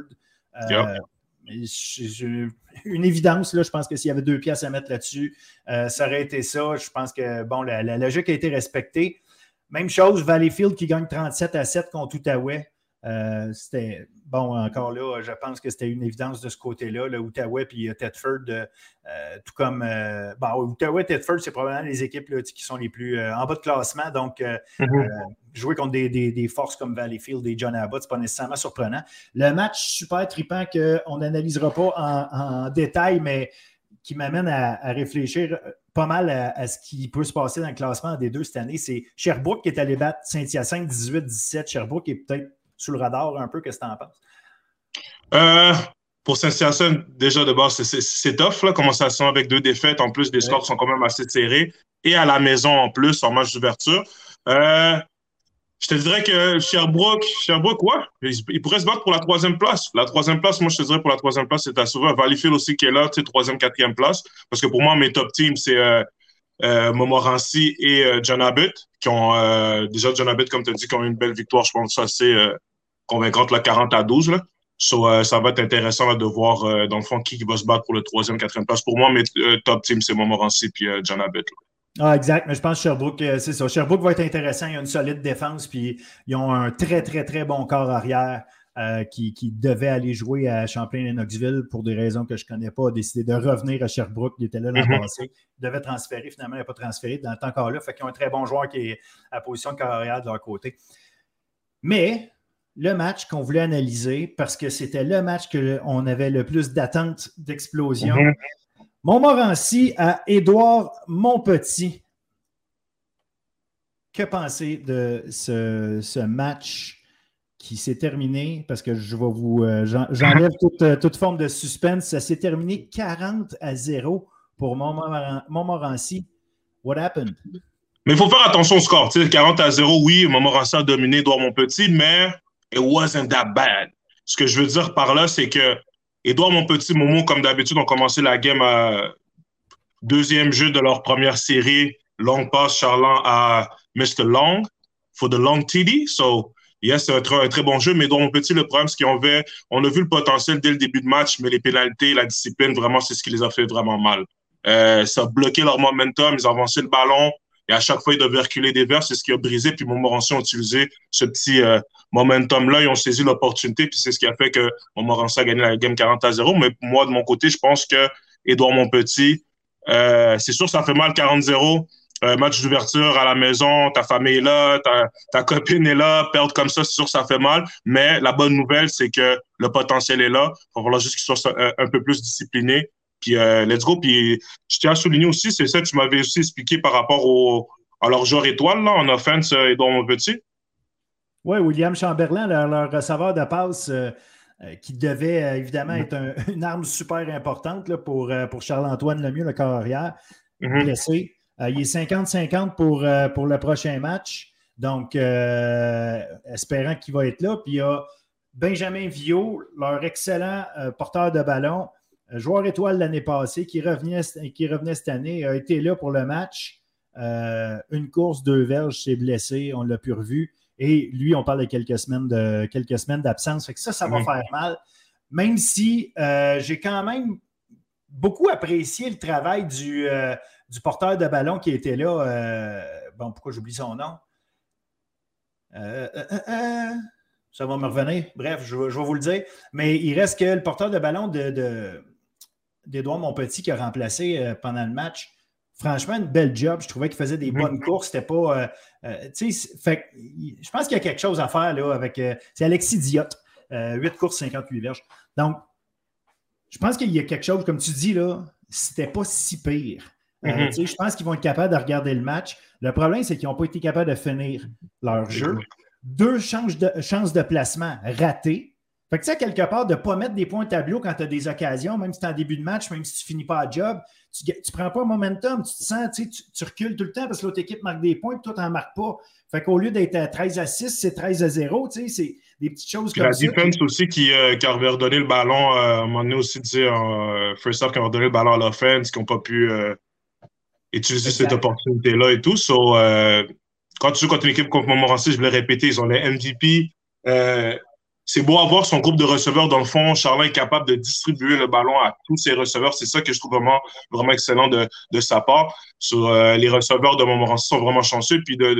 Une évidence, là, je pense que s'il y avait 2 pièces à mettre là-dessus, ça aurait été ça. Je pense que bon, la logique a été respectée. Même chose, Valleyfield qui gagne 37-7 contre Outaouais. C'était bon, encore là, je pense que c'était une évidence de ce côté-là, l'Outaouais puis Thetford, tout comme Outaouais et Thetford, c'est probablement les équipes là, qui sont les plus en bas de classement. Donc, jouer contre des forces comme Valleyfield et John Abbott, c'est pas nécessairement surprenant. Le match super trippant qu'on n'analysera pas en détail, mais qui m'amène à réfléchir pas mal à ce qui peut se passer dans le classement des deux cette année, c'est Sherbrooke qui est allé battre Saint-Hyacinthe 18-17. Sherbrooke est peut-être sous le radar un peu. Qu'est-ce que tu en penses? Pour Saint-Hyacinthe, déjà de base, c'est tough, là, commencer à avec 2 défaites. En plus, les scores sont quand même assez serrés. Et à la maison, en plus, en match d'ouverture. Je te dirais que Sherbrooke, ouais, il pourrait se battre pour la 3e place. La 3e place, moi, je te dirais pour la 3e place, c'est assuré. Valleyfield aussi qui est là, tu sais, 3e, 4e place. Parce que pour moi, mes top teams, c'est Montmorency et John Abbott, qui ont déjà John Abbott, comme tu as dit, qui ont eu une belle victoire, je pense, assez convaincante, là, 40-12. Là. So, ça va être intéressant là, de voir, dans le fond, qui va se battre pour le 3e, 4e place. Pour moi, mes top teams, c'est Montmorency et John Abbott. Là. Ah, exact, mais je pense que Sherbrooke, c'est ça. Sherbrooke va être intéressant. Il y a une solide défense, puis ils ont un très, très, très bon corps arrière qui devait aller jouer à Champlain-Lennoxville pour des raisons que je ne connais pas, a décidé de revenir à Sherbrooke. Il était là l'an passé. Il devait transférer, finalement, il n'a pas transféré dans le temps encore là. Fait qu'ils ont un très bon joueur qui est à la position de corps arrière de leur côté. Mais le match qu'on voulait analyser, parce que c'était le match qu'on avait le plus d'attente d'explosion, Montmorency à Édouard Montpetit. Que penser de ce match qui s'est terminé? Parce que je vais vous. J'enlève toute forme de suspense. Ça s'est terminé 40-0 pour Montmorency. What happened? Mais il faut faire attention au score. 40-0, oui, Montmorency a dominé Édouard Montpetit, mais it wasn't that bad. Ce que je veux dire par là, c'est que Édouard Montpetit, Momo, comme d'habitude, ont commencé la game à 2e jeu de leur première série. Long pass, Charland à Mr. Long for the long TD. So, yes, c'est un très bon jeu, mais Édouard Montpetit, le problème, c'est qu'on a vu le potentiel dès le début de match, mais les pénalités, la discipline, vraiment, c'est ce qui les a fait vraiment mal. Ça a bloqué leur momentum, ils ont avancé le ballon, et à chaque fois, ils devaient reculer des verres, c'est ce qui a brisé, puis Montmorency ont utilisé ce petit momentum-là, ils ont saisi l'opportunité, puis c'est ce qui a fait que Montmorency a gagné la game 40-0, mais moi, de mon côté, je pense que Édouard Montpetit, c'est sûr, ça fait mal 40-0, match d'ouverture à la maison, ta famille est là, ta copine est là, perdre comme ça, c'est sûr, ça fait mal, mais la bonne nouvelle, c'est que le potentiel est là, il va falloir juste qu'ils soient un peu plus disciplinés. Puis, let's go. Puis, je tiens à souligner aussi, c'est ça que tu m'avais aussi expliqué par rapport à leur joueur étoile, là, en offense, Édouard Montpetit. Oui, William Chamberlain, leur receveur de passe, qui devait évidemment être une arme super importante là, pour Charles-Antoine Lemieux, le corps arrière, blessé. Il est 50-50 pour le prochain match. Donc, espérant qu'il va être là. Puis, il y a Benjamin Viau, leur excellent porteur de ballon, joueur étoile l'année passée, qui revenait cette année, a été là pour le match. Une course, 2 verges, s'est blessé, on l'a plus revu. Et lui, on parle de quelques semaines d'absence. Fait que ça va faire mal. Même si j'ai quand même beaucoup apprécié le travail du porteur de ballon qui était là. Bon, pourquoi j'oublie son nom? Ça va me revenir. Bref, je vais vous le dire. Mais il reste que le porteur de ballon d'Édouard Montpetit qui a remplacé pendant le match. Franchement, une belle job. Je trouvais qu'il faisait des bonnes courses. C'était pas. Je pense qu'il y a quelque chose à faire là, avec. C'est Alexis Diot. 8 courses, 58 verges. Donc, je pense qu'il y a quelque chose, comme tu dis, là, c'était pas si pire. Je pense qu'ils vont être capables de regarder le match. Le problème, c'est qu'ils n'ont pas été capables de finir leur jeu. 2 chances de placement ratées. Fait que tu sais, quelque part, de ne pas mettre des points au tableau quand tu as des occasions, même si tu es en début de match, même si tu ne finis pas à job, tu ne prends pas un momentum, tu te sens, tu recules tout le temps parce que l'autre équipe marque des points et toi, tu n'en marques pas. Fait qu'au lieu d'être à 13-6, c'est 13-0, tu sais, c'est des petites choses comme ça. La défense aussi qui avait redonné le ballon, à un moment donné aussi, tu sais, en first half, qui a redonné le ballon à l'offense, qui n'ont pas pu utiliser cette opportunité-là et tout. So, quand tu joues contre une équipe contre Montmorency, je voulais répéter, ils ont les MVP. C'est beau avoir son groupe de receveurs dans le fond. Charlin est capable de distribuer le ballon à tous ses receveurs. C'est ça que je trouve vraiment, vraiment excellent de sa part. Les receveurs de Montmorency sont vraiment chanceux. Puis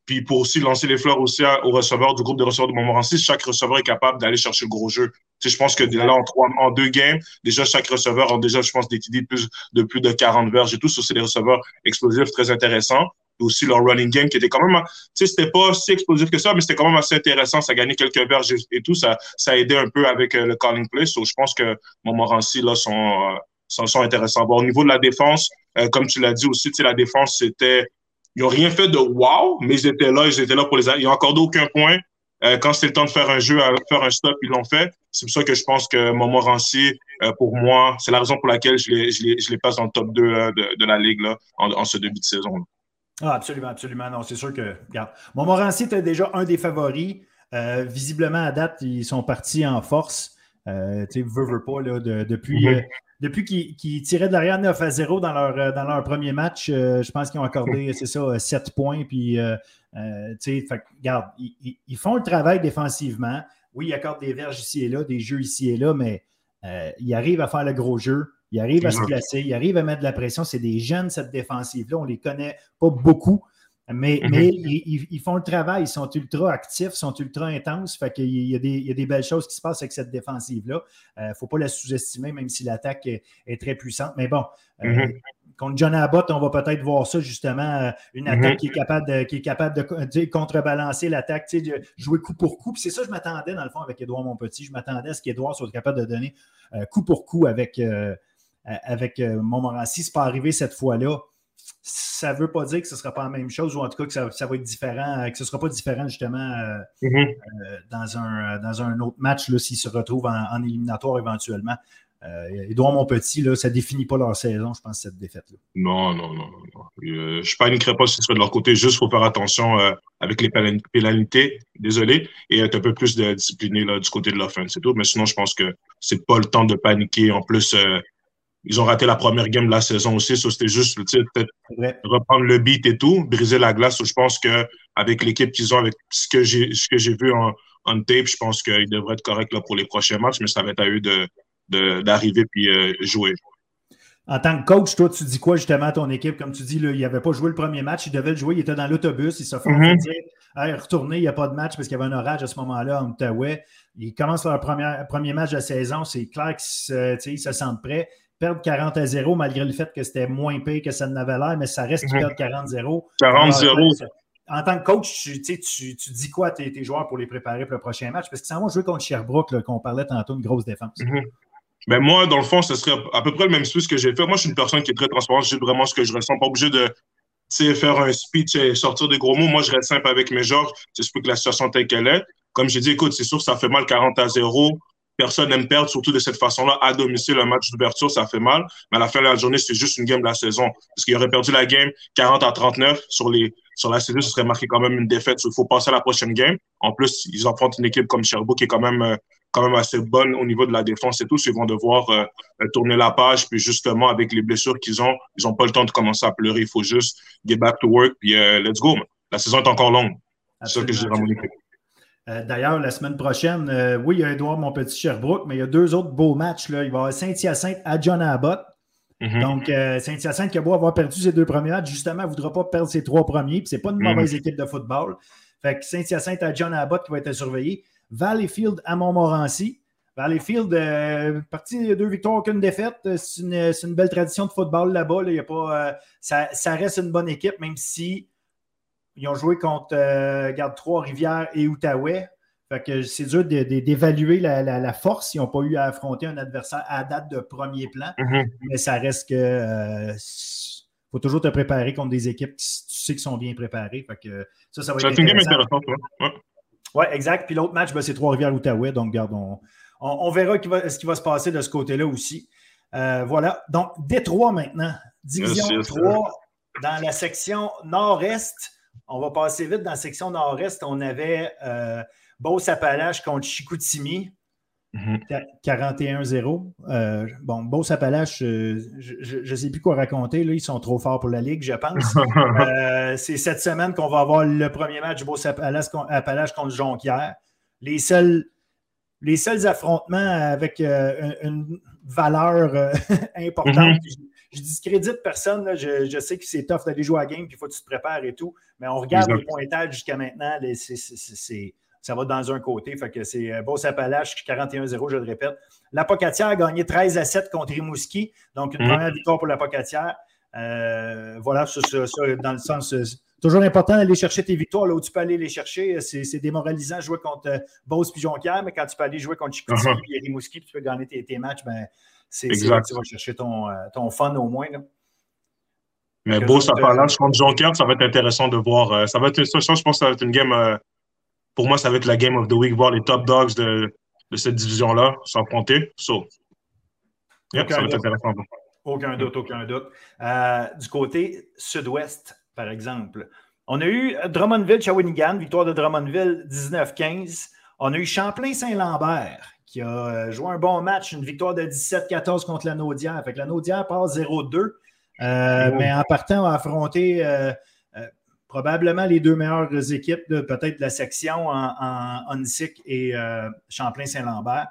Puis pour aussi lancer les fleurs aussi aux receveurs du groupe de receveurs de Montmorency, chaque receveur est capable d'aller chercher le gros jeu. Tu sais, je pense que là, en 2 games, déjà, chaque receveur a déjà, je pense, des TD de plus de 40 verges et tout. Ça, c'est des receveurs explosifs très intéressants. Et aussi leur running game qui était quand même, tu sais, c'était pas si explosif que ça, mais c'était quand même assez intéressant. Ça gagnait quelques verges et tout. Ça aidait un peu avec le calling play. So, je pense que Montmorency, là, sont intéressants. Bon, au niveau de la défense, comme tu l'as dit aussi, tu sais, la défense, c'était, ils n'ont rien fait de wow, mais ils étaient là pour les. Ils n'ont accordé aucun point. Quand c'était le temps de faire un jeu, faire un stop, ils l'ont fait. C'est pour ça que je pense que Montmorency, pour moi, c'est la raison pour laquelle je les passe dans le top 2 de la Ligue là, en ce début de saison. Là. Ah, absolument, absolument. Non, c'est sûr que, regarde, Montmorency était déjà un des favoris. Visiblement, à date, ils sont partis en force. Tu sais, veux pas, là, depuis qu'ils tiraient de l'arrière 9-0 dans leur premier match, je pense qu'ils ont accordé, c'est ça, 7 points. Puis, tu sais, regarde, ils font le travail défensivement. Oui, ils accordent des verges ici et là, des jeux ici et là, mais ils arrivent à faire le gros jeu. Ils arrivent à se placer. Ils arrivent à mettre de la pression. C'est des jeunes, cette défensive-là. On ne les connaît pas beaucoup. Mais ils font le travail, ils sont ultra actifs, sont ultra intenses. Fait qu'il y a des belles choses qui se passent avec cette défensive-là. Il ne faut pas la sous-estimer, même si l'attaque est très puissante. Mais bon, contre John Abbott, on va peut-être voir ça, justement, une attaque qui est capable de contrebalancer l'attaque, de jouer coup pour coup. Puis c'est ça que je m'attendais, dans le fond, avec Édouard Montpetit. Je m'attendais à ce qu'Édouard soit capable de donner coup pour coup avec Montmorency. Ce n'est pas arrivé cette fois-là. Ça ne veut pas dire que ce ne sera pas la même chose, ou en tout cas que ça va être différent, que ce ne sera pas différent justement dans un autre match s'ils se retrouvent en éliminatoire éventuellement. Édouard Montpetit, là, ça ne définit pas leur saison, je pense, cette défaite-là. Non. Je ne paniquerai pas si ce serait de leur côté. Juste, il faut faire attention avec les pénalités, désolé, et être un peu plus discipliné là, du côté de l'offense et tout. Mais sinon, je pense que ce n'est pas le temps de paniquer. En plus, ils ont raté la première game de la saison aussi. Ça, c'était juste peut-être reprendre le beat et tout, briser la glace. Je pense qu'avec l'équipe qu'ils ont, avec ce que j'ai vu en tape, je pense qu'ils devraient être corrects là, pour les prochains matchs, mais ça va être à eux d'arriver puis jouer. En tant que coach, toi, tu dis quoi justement à ton équipe? Comme tu dis, là, il n'avait pas joué le premier match, il devait le jouer, il était dans l'autobus, il se font dire hey, retournez, il n'y a pas de match parce qu'il y avait un orage à ce moment-là en Outaouais. Ils commencent leur premier match de la saison, c'est clair qu'ils se sentent prêts. Perdre 40-0 malgré le fait que c'était moins pire que ça n'avait l'air, mais ça reste qu'ils perdent 40-0. 40-0. En tant que coach, tu dis quoi à tes joueurs pour les préparer pour le prochain match? Parce que ça va jouer contre Sherbrooke, là, qu'on parlait tantôt, une grosse défense. Ben moi, dans le fond, ce serait à peu près le même speech que j'ai fait. Moi, je suis une personne qui est très transparente. Je dis vraiment ce que je ressens. Pas obligé de faire un speech et sortir des gros mots. Moi, je reste simple avec mes joueurs. J'explique la situation telle qu'elle est. Comme j'ai dit, écoute, c'est sûr que ça fait mal 40-0. Personne n'aime perdre, surtout de cette façon-là. À domicile, un match d'ouverture, ça fait mal. Mais à la fin de la journée, c'est juste une game de la saison. Parce qu'il aurait perdu la game 40-39 sur la saison, ce serait marqué quand même une défaite. Il faut passer à la prochaine game. En plus, ils affrontent une équipe comme Sherbrooke qui est quand même assez bonne au niveau de la défense et tout. Ils vont devoir tourner la page. Puis justement, avec les blessures qu'ils ont, ils n'ont pas le temps de commencer à pleurer. Il faut juste get back to work. Puis let's go. La saison est encore longue. C'est ça que je dirais à mon équipe. D'ailleurs, la semaine prochaine, oui, il y a Édouard Montpetit-Sherbrooke, mais il y a 2 autres beaux matchs. Là. Il va y avoir Saint-Hyacinthe à John Abbott. Donc, Saint-Hyacinthe qui a beau avoir perdu ses 2 premiers matchs, justement, ne voudra pas perdre ses 3 premiers. Puis, ce n'est pas une mauvaise équipe de football. Fait que Saint-Hyacinthe à John Abbott qui va être surveillé. Valleyfield à Montmorency. Valleyfield, parti 2 victoires, aucune défaite. C'est une belle tradition de football là-bas. Là. Il y a pas, ça reste une bonne équipe, même si ils ont joué contre Trois-Rivières et Outaouais. Fait que c'est dur d'évaluer la force. Ils n'ont pas eu à affronter un adversaire à date de premier plan. Mais ça reste que faut toujours te préparer contre des équipes qui tu sais qui sont bien préparées. Fait que ça va être une game intéressante. Oui, exact. Puis l'autre match, c'est Trois-Rivières-Outaouais. Donc, regarde, on verra ce qui va se passer de ce côté-là aussi. Voilà. Donc, Détroit maintenant. Division 3 dans la section nord-est. On va passer vite dans la section nord-est. On avait Beauce-Appalaches contre Chicoutimi. 41-0. Bon, Beauce-Appalaches, je ne sais plus quoi raconter. Là, ils sont trop forts pour la Ligue, je pense. C'est cette semaine qu'on va avoir le premier match Beauce-Appalaches contre Jonquière. Les seuls affrontements avec une valeur importante. je discrédite personne. Là. Je sais que c'est tough d'aller jouer à la game, puis il faut que tu te prépares et tout. Mais on regarde les pointages jusqu'à maintenant. Ça va dans un côté. Fait que c'est Beauce-Appalaches, 41-0, je le répète. La Pocatière a gagné 13-7 contre Rimouski. Donc, une première victoire pour la Pocatière. Voilà, ça, dans le sens... toujours important d'aller chercher tes victoires là où tu peux aller les chercher. C'est démoralisant de jouer contre Beauce puis Jonquière, mais quand tu peux aller jouer contre Chicoutimi et Rimouski puis tu peux gagner tes matchs, ben, c'est là que tu vas chercher ton fun au moins. Là. Mais Beauce-Appalaches contre Jonquière, ça va être intéressant de voir. Ça va être, je pense que ça va être une game... pour moi, ça va être la game of the week, voir les top dogs de cette division-là s'affronter. Ça va être intéressant. Aucun doute. Du côté sud-ouest, par exemple, on a eu Drummondville-Shawinigan, victoire de Drummondville 19-15. On a eu Champlain-Saint-Lambert qui a joué un bon match, une victoire de 17-14 contre la Naudière. Fait que la Naudière passe 0-2, mais en partant, on va affronter probablement les deux meilleures équipes peut-être de la section en Huntsic et Champlain-Saint-Lambert.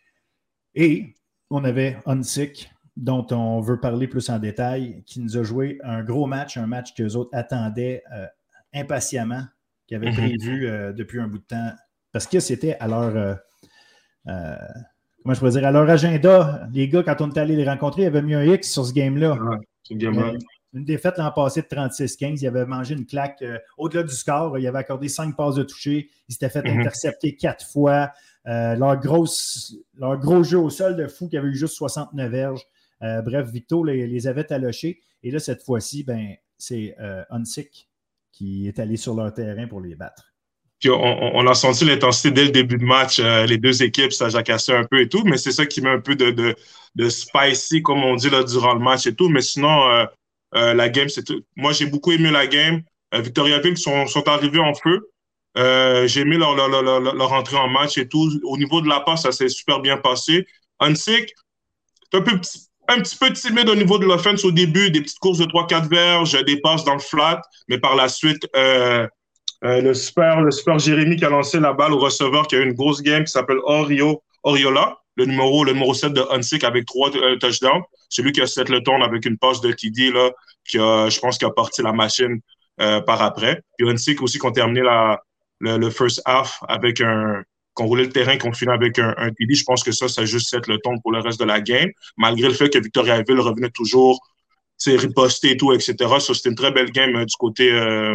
Et on avait Huntsic, dont on veut parler plus en détail, qui nous a joué un gros match, un match qu'eux autres attendaient impatiemment, qu'ils avaient prévu depuis un bout de temps, parce que c'était à leur comment je pourrais dire, à leur agenda. Les gars, quand on est allé les rencontrer, ils avaient mis un X sur ce game-là. Une défaite l'an passé de 36-15. Ils avaient mangé une claque au-delà du score. Ils avaient accordé 5 passes de toucher. Ils s'étaient fait intercepter 4 fois. Leur gros jeu au sol de fou qui avait eu juste 69 verges. Bref, Victo les avait talochés. Et là, cette fois-ci, ben, c'est Huntsic qui est allé sur leur terrain pour les battre. Puis on a senti l'intensité dès le début de match. Les deux équipes, ça jacassait un peu et tout, mais c'est ça qui met un peu de spicy, comme on dit, là, durant le match et tout. Mais sinon, la game, c'est tout. Moi, j'ai beaucoup aimé la game. Victoriaville sont arrivés en feu. J'ai aimé leur entrée en match et tout. Au niveau de la passe, ça s'est super bien passé. Huntsic, c'est un petit peu timide au niveau de l'offense au début, des petites courses de 3-4 verges, des passes dans le flat, mais par la suite, le super Jérémy qui a lancé la balle au receveur, qui a eu une grosse game qui s'appelle Oriola, le numéro 7 de Huntsic avec 3 touchdowns. Celui qui a set le tourne avec une passe de TD, là, je pense, qui a parti la machine par après. Puis Huntsic aussi qui ont terminé le first half avec qu'on roulait le terrain, qu'on finit avec un TD. Je pense que ça juste set le ton pour le reste de la game, malgré le fait que Victoriaville revenait toujours riposter et tout, etc. Ça, c'était une très belle game du côté...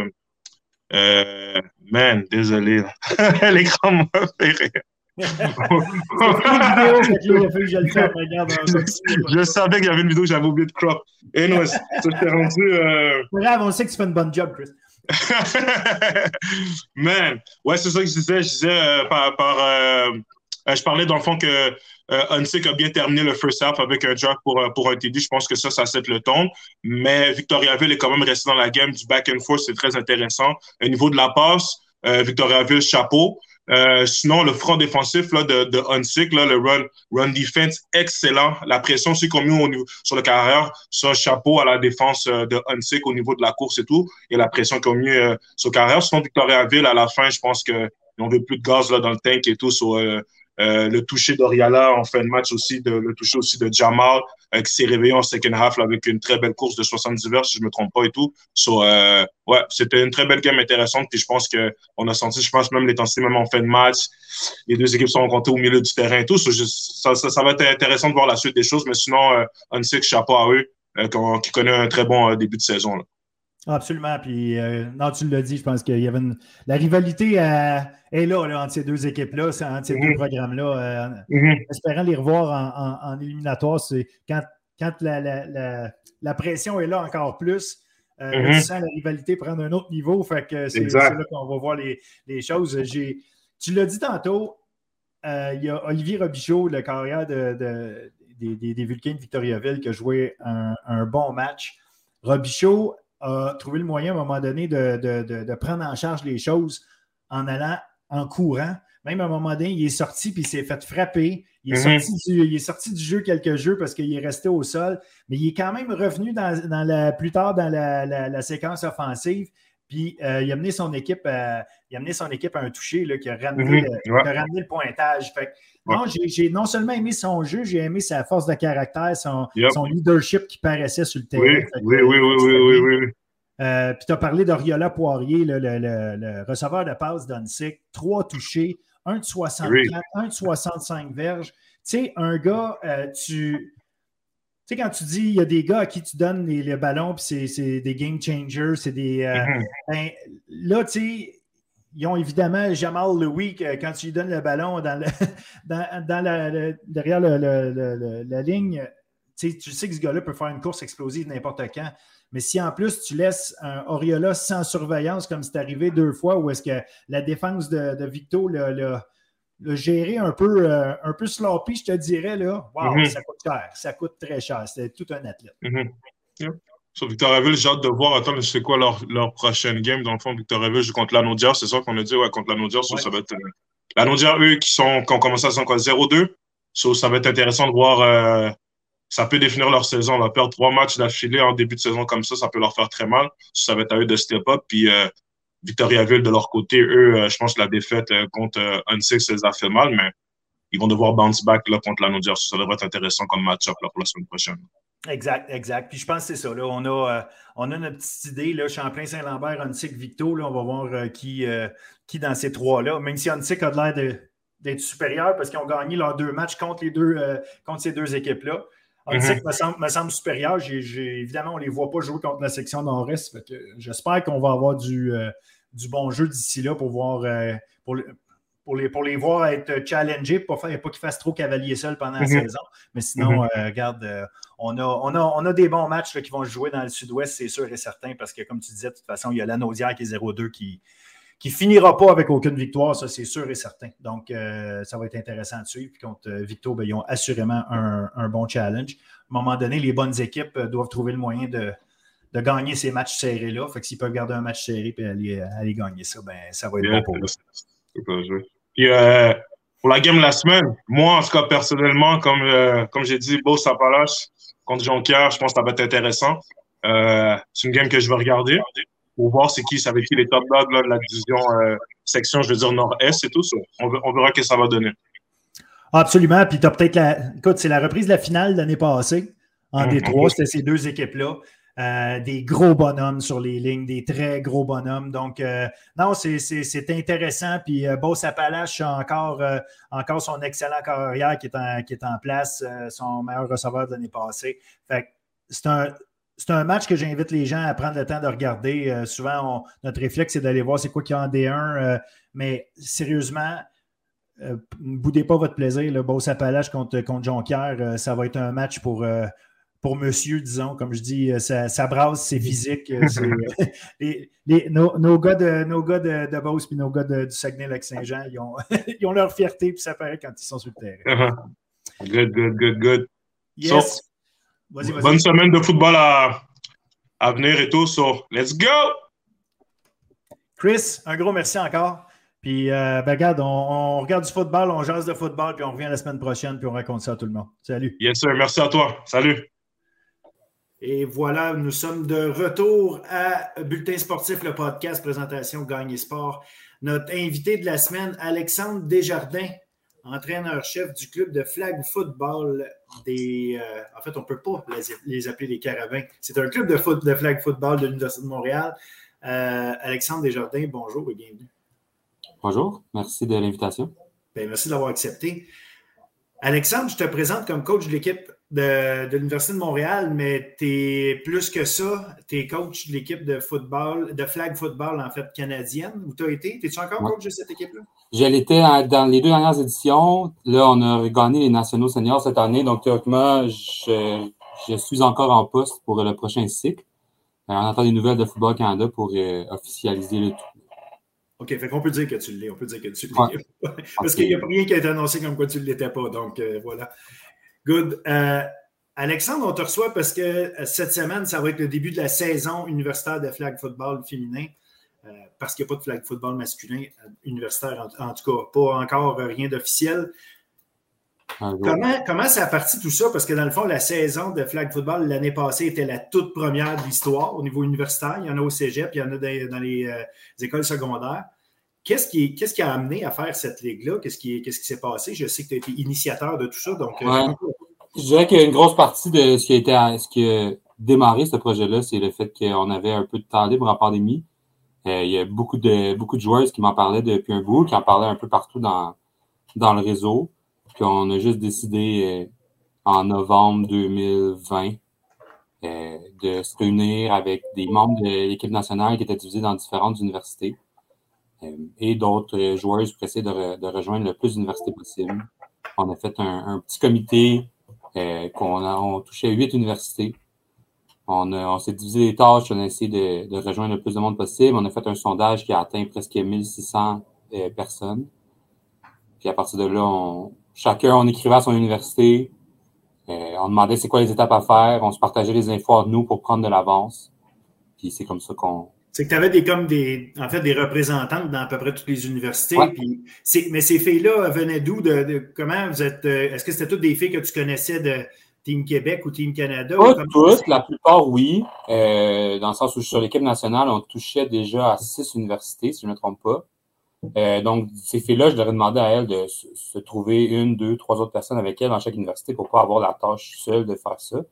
man, désolé. L'écran m'a fait rire. Je savais qu'il y avait une vidéo que j'avais oublié de crop. Et non, j'étais rendu... Bravo, on sait que tu fais une bonne job, Chris. Man, ouais, c'est ça que je disais. Je parlais dans le fond que Huntsic a bien terminé le first half avec un drop pour un TD. Je pense que ça set le ton. Mais Victoriaville est quand même resté dans la game du back and forth. C'est très intéressant. Au niveau de la passe, Victoriaville, chapeau. Sinon, le front défensif là, de Huntsic, là, le run defense, excellent. La pression aussi qu'on met sur le carrière, ça, chapeau à la défense de Huntsic au niveau de la course et tout. Et la pression qu'on met sur le carrière. Sinon, Victoriaville, à la fin, je pense qu'ils n'ont plus de gaz là, dans le tank et tout. Sur, le toucher d'Oriala en fin de match aussi, le toucher aussi de Jamal, qui s'est réveillé en second half là, avec une très belle course de 70 verges, si je ne me trompe pas et tout. So, ouais, c'était une très belle game intéressante. Puis je pense qu'on a senti, je pense même l'intensité même en fin de match. Les deux équipes sont rencontrées au milieu du terrain et tout. So, ça va être intéressant de voir la suite des choses. Mais sinon, Huntsic, chapeau à eux, qui connaît un très bon début de saison. Là. Absolument. Puis, non, tu l'as dit, je pense qu'il y avait la rivalité est là, entre ces deux équipes-là, entre ces deux programmes-là. Espérant les revoir en éliminatoire, c'est quand la pression est là encore plus. Tu sens la rivalité prendre un autre niveau. Fait que c'est là qu'on va voir les choses. Tu l'as dit tantôt, il y a Olivier Robichaud, le carrière des Vulcains de Victoriaville, qui a joué un bon match. Robichaud a trouvé le moyen à un moment donné de prendre en charge les choses en allant en courant. Même à un moment donné, il est sorti puis il s'est fait frapper. Il est sorti du jeu quelques jeux parce qu'il est resté au sol, mais il est quand même revenu plus tard dans la séquence offensive Puis il a amené son équipe à un toucher là, qui a ramené le pointage. Fait que, non, j'ai non seulement aimé son jeu, j'ai aimé sa force de caractère, son leadership qui paraissait sur le terrain. Oui. Puis tu as parlé d'Oriola Poirier, le receveur de passe d'Hansik, 3 touchés, un de 64, un de 65 verges. Tu sais, un gars, tu sais, quand tu dis il y a des gars à qui tu donnes les ballons, puis c'est des game changers, c'est des. Ben, là, tu sais, ils ont évidemment Jamal Louis, quand tu lui donnes le ballon derrière la ligne, tu sais que ce gars-là peut faire une course explosive n'importe quand. Mais si en plus tu laisses un Oriola sans surveillance, comme c'est arrivé 2 fois, où est-ce que la défense de Victo l'a géré un peu sloppy, je te dirais, là, wow, ça coûte cher. Ça coûte très cher. C'était tout un athlète. Sur Victoriaville, j'ai hâte de voir. Attends, c'est quoi leur prochaine game? Dans le fond, Victoriaville joue contre l'Anaudière. C'est ça qu'on a dit? Ouais, contre l'Anaudière. Ça va être. L'Anaudière, eux, qui ont commencé à 0-2. Ça va être intéressant de voir. Ça peut définir leur saison. On va perdre 3 matchs d'affilée en début de saison comme ça peut leur faire très mal. Ça va être à eux de step up. Puis Victoriaville, de leur côté, eux, je pense que la défaite contre Hansik, ça les a fait mal, mais ils vont devoir bounce back là, contre l'Anaudière. Ça devrait être intéressant comme match-up là, pour la semaine prochaine. Exact. Puis je pense que c'est ça. Là. On a notre petite idée. Là, Champlain-Saint-Lambert, Hansik, Victo. Là, on va voir qui dans ces 3-là. Même si Hansik a l'air d'être supérieur parce qu'ils ont gagné leurs 2 matchs contre ces 2 équipes-là. Hansik me semble supérieur. Évidemment, on ne les voit pas jouer contre la section nord-est. Fait que j'espère qu'on va avoir du bon jeu d'ici là pour voir pour les voir être challengés, pour pas qu'ils fassent trop cavalier seul pendant la saison. Mais sinon, regarde, on a des bons matchs là, qui vont se jouer dans le sud-ouest, c'est sûr et certain, parce que comme tu disais, de toute façon, il y a l'Anaudière qui est 0-2 qui finira pas avec aucune victoire, ça c'est sûr et certain. Donc, ça va être intéressant de suivre. Puis contre Victo, ils ont assurément un bon challenge. À un moment donné, les bonnes équipes doivent trouver le moyen de gagner ces matchs serrés-là. Fait que s'ils peuvent garder un match serré et aller gagner ça, ça va être bon pour eux. Puis pour la game de la semaine, moi, en tout cas, personnellement, comme j'ai dit, Beau Sapalache contre Jonquière, je pense que ça va être intéressant. C'est une game que je vais regarder pour voir c'est avec qui les top dogs là, de la division section, je veux dire, nord-est et tout ça. On verra ce que ça va donner. Absolument. Puis tu as peut-être Écoute, c'est la reprise de la finale de l'année passée en Détroit. C'était ces 2 équipes-là. Des gros bonhommes sur les lignes, des très gros bonhommes. Donc, non, c'est intéressant. Puis, Beauce Appalache a encore son excellent carrière qui est en place, son meilleur receveur de l'année passée. Fait que c'est un match que j'invite les gens à prendre le temps de regarder. Souvent, notre réflexe, c'est d'aller voir c'est quoi qu'il y a en D1. Mais sérieusement, ne boudez pas votre plaisir. Beauce Appalache contre Jonquière, ça va être un match pour monsieur, disons, comme je dis, ça brasse, c'est physique. Nos gars de Beauce et nos gars du Saguenay-Lac-Saint-Jean, ils ont leur fierté, puis ça paraît quand ils sont sur le terrain. Good. Yes. So, vas-y. Bonne semaine de football à venir et tout. So, let's go! Chris, un gros merci encore. Puis, regarde, on regarde du football, on jase de football, puis on revient la semaine prochaine, puis on raconte ça à tout le monde. Salut. Yes, sir. Merci à toi. Salut. Et voilà, nous sommes de retour à Bulletin sportif, le podcast, présentation Gagner Sport. Notre invité de la semaine, Alexandre Desjardins, entraîneur-chef du club de flag football en fait, on ne peut pas les appeler les Carabins. C'est un club de flag football de l'Université de Montréal. Alexandre Desjardins, bonjour et bienvenue. Bonjour, merci de l'invitation. Merci d'avoir accepté. Alexandre, je te présente comme coach de l'équipe de l'Université de Montréal, mais tu es plus que ça. Tu es coach de l'équipe de football, de flag football, en fait, canadienne. Où tu as été? Es-tu encore coach de cette équipe-là? Je l'étais dans les 2 dernières éditions. Là, on a gagné les nationaux seniors cette année. Donc, théoriquement, je suis encore en poste pour le prochain cycle. On attend des nouvelles de Football Canada pour officialiser le tout. OK, fait qu'on peut dire que tu l'es. On peut dire que tu l'es. Ouais. Parce qu'il n'y a rien qui a été annoncé comme quoi tu ne l'étais pas. Donc, voilà. Good. Alexandre, on te reçoit parce que cette semaine, ça va être le début de la saison universitaire de flag football féminin. Parce qu'il n'y a pas de flag football masculin universitaire, en tout cas, pas encore rien d'officiel. Comment ça a parti tout ça? Parce que dans le fond, la saison de flag football l'année passée était la toute première de l'histoire au niveau universitaire. Il y en a au cégep, il y en a dans les écoles secondaires. Qu'est-ce qui a amené à faire cette ligue-là? Qu'est-ce qui s'est passé? Je sais que tu as été initiateur de tout ça. Donc, je dirais qu'une grosse partie de ce qui a démarré ce projet-là, c'est le fait qu'on avait un peu de temps libre en pandémie. Il y a beaucoup de joueurs qui m'en parlaient depuis un bout, qui en parlaient un peu partout dans le réseau. Puis on a juste décidé en novembre 2020 de se réunir avec des membres de l'équipe nationale qui étaient divisés dans différentes universités et d'autres joueurs pour essayer de rejoindre le plus d'universités possible. On a fait un petit comité on touchait 8 universités. On s'est divisé les tâches, on a essayé de rejoindre le plus de monde possible. On a fait un sondage qui a atteint presque 1600 personnes. Puis à partir de là, on écrivait à son université. On demandait c'est quoi les étapes à faire. On se partageait les infos entre nous pour prendre de l'avance. Puis c'est comme ça qu'on... C'est que tu avais des représentantes dans à peu près toutes les universités. Ouais. Puis mais ces filles-là venaient d'où? Comment vous êtes... est-ce que c'était toutes des filles que tu connaissais de Team Québec ou Team Canada? Pas toutes, la plupart, oui. Dans le sens où sur l'équipe nationale, on touchait déjà à 6 universités, si je ne me trompe pas. Donc, ces filles-là, je leur ai demandé à elles de se trouver 1, 2, 3 autres personnes avec elles dans chaque université pour pas avoir la tâche seule de faire ça.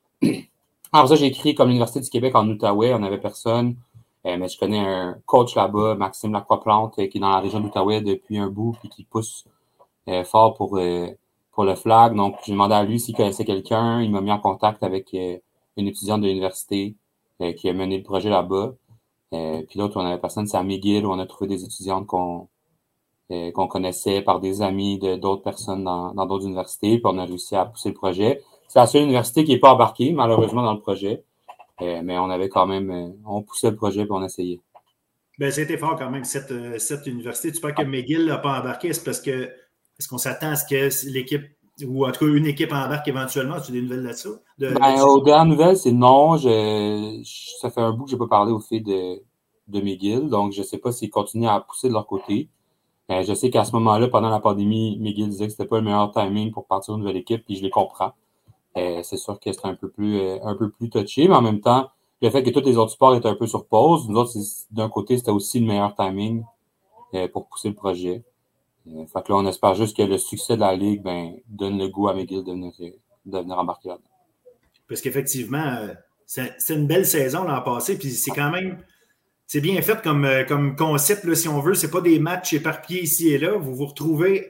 Alors ça, j'ai écrit comme l'Université du Québec en Outaouais, on n'avait personne. Mais je connais un coach là-bas, Maxime Lacroix-Plante, qui est dans la région d'Outaouais depuis un bout puis qui pousse fort pour le flag. Donc, j'ai demandé à lui s'il connaissait quelqu'un. Il m'a mis en contact avec une étudiante de l'université qui a mené le projet là-bas. Puis l'autre, on avait personne, c'est à McGill, où on a trouvé des étudiantes qu'on connaissait par des amis d'autres personnes dans d'autres universités. Puis on a réussi à pousser le projet. C'est la seule université qui n'est pas embarquée, malheureusement, dans le projet. Mais on avait quand même... on poussait le projet puis on essayait. Ben, c'était fort quand même, cette université. Tu penses que McGill n'a pas embarqué? C'est parce que... Est-ce qu'on s'attend à ce que l'équipe, ou en tout cas une équipe embarque éventuellement? As-tu des nouvelles là-dessus? Aux dernières nouvelles, c'est non. Ça fait un bout que je n'ai pas parlé aux filles de McGill. Donc, je ne sais pas s'ils continuent à pousser de leur côté. Je sais qu'à ce moment-là, pendant la pandémie, McGill disait que c'était pas le meilleur timing pour partir d'une nouvelle équipe, puis je les comprends. C'est sûr que c'était un peu plus touché, mais en même temps, le fait que tous les autres sports étaient un peu sur pause, nous autres, d'un côté, c'était aussi le meilleur timing pour pousser le projet. Fait que là, on espère juste que le succès de la Ligue donne le goût à McGill de venir embarquer là-dedans. Parce qu'effectivement, c'est une belle saison l'an passé, puis c'est quand même... C'est bien fait comme concept, là, si on veut. C'est pas des matchs éparpillés ici et là. Vous vous retrouvez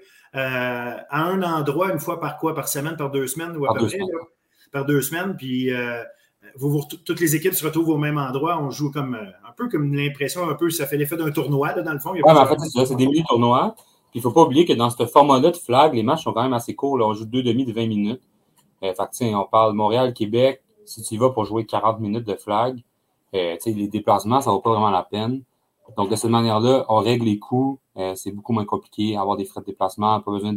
à un endroit une fois par semaine, par 2 semaines, ou à peu près, là, par 2 semaines, puis toutes les équipes se retrouvent au même endroit. On joue comme un peu comme l'impression, ça fait l'effet d'un tournoi, là, dans le fond. Oui, mais en fait, c'est ça, c'est des mini-tournois. Puis il ne faut pas oublier que dans ce format-là de flag, les matchs sont quand même assez courts. Là. On joue 2 demi de 20 minutes. Fait que, on parle Montréal-Québec. Si tu y vas pour jouer 40 minutes de flag, les déplacements, ça ne vaut pas vraiment la peine. Donc, de cette manière-là, on règle les coûts. C'est beaucoup moins compliqué. Avoir des frais de déplacement,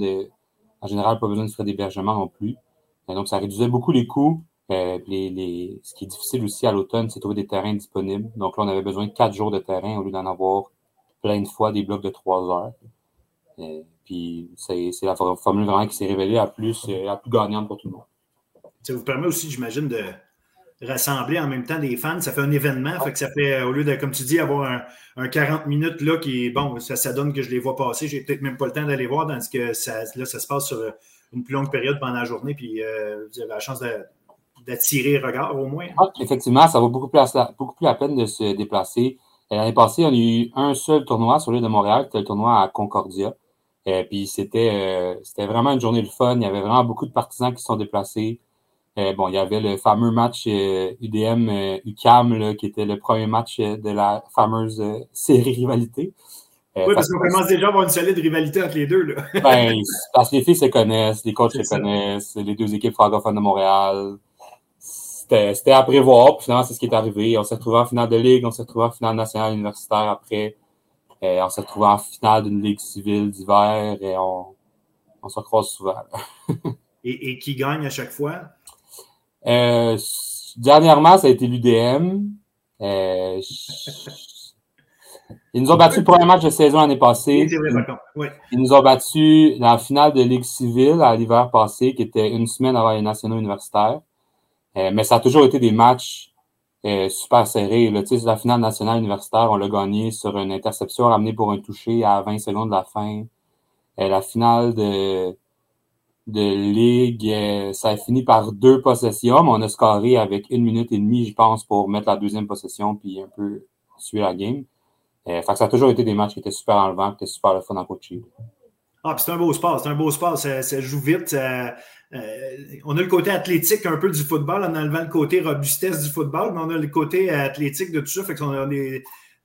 en général, pas besoin de frais d'hébergement non plus. Donc, ça réduisait beaucoup les coûts. Ce qui est difficile aussi à l'automne, c'est de trouver des terrains disponibles. Donc là, on avait besoin de 4 jours de terrain au lieu d'en avoir plein de fois des blocs de 3 heures. Puis c'est la formule vraiment qui s'est révélée la plus gagnante pour tout le monde. Ça vous permet aussi, j'imagine, de rassembler en même temps des fans. Ça fait un événement. Fait que ça fait, au lieu de, comme tu dis, avoir un 40 minutes là qui est bon, ça donne que je les vois passer. J'ai peut-être même pas le temps d'aller voir, tandis que ça se passe sur une plus longue période pendant la journée. Puis vous avez la chance d'attirer le regard au moins. Ah, effectivement, ça vaut beaucoup plus la peine de se déplacer. L'année passée, on a eu un seul tournoi sur l'île de Montréal, c'était le tournoi à Concordia. Puis c'était vraiment une journée de fun. Il y avait vraiment beaucoup de partisans qui se sont déplacés. Il y avait le fameux match UDM-UQAM, qui était le premier match de la fameuse série rivalité. Oui, parce qu'on commence déjà à avoir une solide rivalité entre les deux. Là. Parce que les filles se connaissent, les coachs se connaissent, les deux équipes francophones de Montréal. C'était à prévoir, puis finalement, c'est ce qui est arrivé. On s'est retrouvés en finale de ligue, on s'est retrouvés en finale nationale universitaire après. On s'est retrouvés en finale d'une ligue civile d'hiver et on se recroise souvent. Et qui gagne à chaque fois? Dernièrement, ça a été l'UDM. Ils nous ont battu le premier match de saison l'année passée. Oui, c'est vrai, par contre. Oui. Ils nous ont battu dans la finale de Ligue civile à l'hiver passé, qui était une semaine avant les nationaux universitaires. Mais ça a toujours été des matchs super serrés. Là. Tu sais, la finale nationale universitaire, on l'a gagné sur une interception ramenée pour un toucher à 20 secondes de la fin. La finale de Ligue, ça a fini par 2 possessions, mais on a scoré avec 1 minute et demie, je pense, pour mettre la deuxième possession puis un peu suivre la game. Fait que ça a toujours été des matchs qui étaient super enlevants, qui étaient super le fun en coaching. Ah, puis c'est un beau sport, ça joue vite. On a le côté athlétique un peu du football en enlevant le côté robustesse du football, mais on a le côté athlétique de tout ça, fait qu'on a du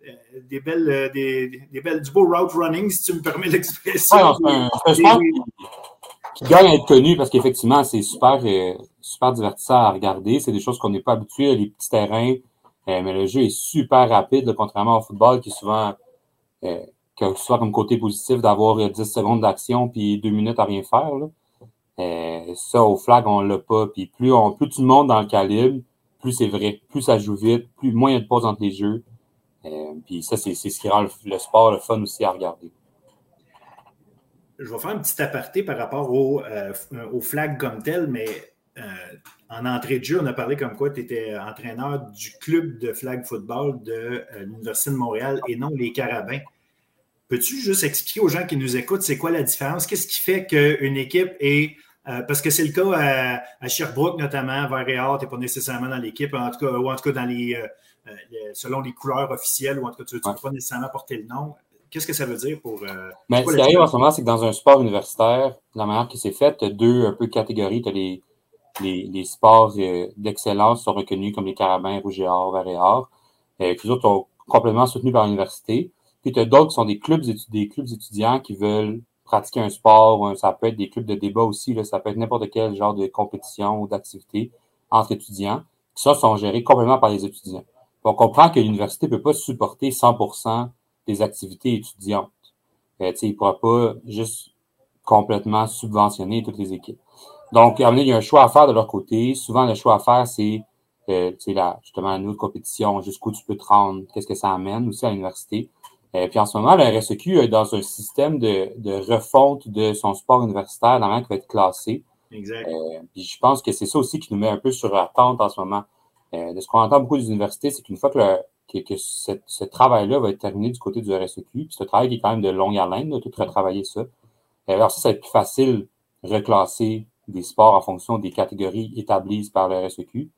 beau route running, si tu me permets l'expression. Ouais, c'est un sport qui gagne à être connu parce qu'effectivement, c'est super divertissant à regarder. C'est des choses qu'on n'est pas habitué, les petits terrains, mais le jeu est super rapide, là, contrairement au football qui est souvent comme côté positif d'avoir 10 secondes d'action puis 2 minutes à rien faire. Là. Ça, au flag, on l'a pas. Puis plus tu montes dans le calibre, plus c'est vrai. Plus ça joue vite, moins il y a de pause entre les jeux. Puis ça, c'est ce qui rend le sport le fun aussi à regarder. Je vais faire un petit aparté par rapport au flag comme tel, mais en entrée de jeu, on a parlé comme quoi tu étais entraîneur du club de flag football de l'Université de Montréal et non les Carabins. Peux-tu juste expliquer aux gens qui nous écoutent c'est quoi la différence? Qu'est-ce qui fait qu'une équipe est... parce que c'est le cas à Sherbrooke notamment, Vert-et-Or, tu n'es pas nécessairement dans l'équipe, ou en tout cas dans selon les couleurs officielles, ou en tout cas tu ne peux pas nécessairement porter le nom. Qu'est-ce que ça veut dire pour... Mais ce qui arrive en ce moment, c'est que dans un sport universitaire, la manière que c'est fait, tu as 2 un peu catégories. Tu as les sports d'excellence sont reconnus comme les Carabins, Rouge et Or, Vert et Or. Puis les autres sont complètement soutenus par l'université. Puis tu as d'autres qui sont des clubs étudiants qui veulent pratiquer un sport. Ça peut être des clubs de débat aussi. Là, ça peut être n'importe quel genre de compétition ou d'activité entre étudiants. Ça sont gérés complètement par les étudiants. On comprend que l'université ne peut pas supporter 100% des activités étudiantes. Il ne pourra pas juste complètement subventionner toutes les équipes. Donc, à un moment donné, il y a un choix à faire de leur côté. Souvent, le choix à faire, c'est justement la nouvelle compétition, jusqu'où tu peux te rendre, qu'est-ce que ça amène aussi à l'université. Puis en ce moment, le RSEQ est dans un système de refonte de son sport universitaire, dans la manière qui va être classé. Exact. Puis je pense que c'est ça aussi qui nous met un peu sur attente en ce moment. De ce qu'on entend beaucoup des universités, c'est qu'une fois que ce travail-là va être terminé du côté du RSEQ, puis ce travail qui est quand même de longue haleine, de tout retravailler ça, alors ça va être plus facile de reclasser des sports en fonction des catégories établies par le RSEQ.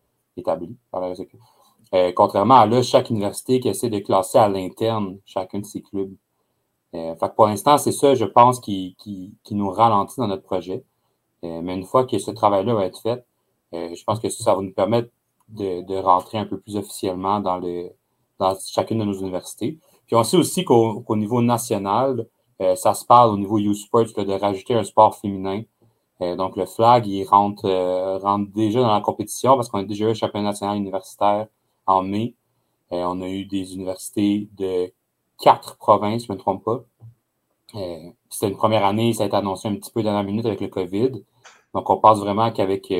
Contrairement à là, chaque université qui essaie de classer à l'interne chacun de ses clubs. Fait que pour l'instant, c'est ça, je pense, qui nous ralentit dans notre projet. Mais une fois que ce travail-là va être fait, je pense que ça va nous permettre de rentrer un peu plus officiellement dans chacune de nos universités. Puis on sait aussi qu'au niveau national, ça se parle au niveau Youth Sports de rajouter un sport féminin. Donc le flag, il rentre déjà dans la compétition parce qu'on a déjà eu le championnat national universitaire en mai. On a eu des universités de 4 provinces, je ne me trompe pas. C'était une première année, ça a été annoncé un petit peu dans la minute avec le COVID. Donc on pense vraiment qu'avec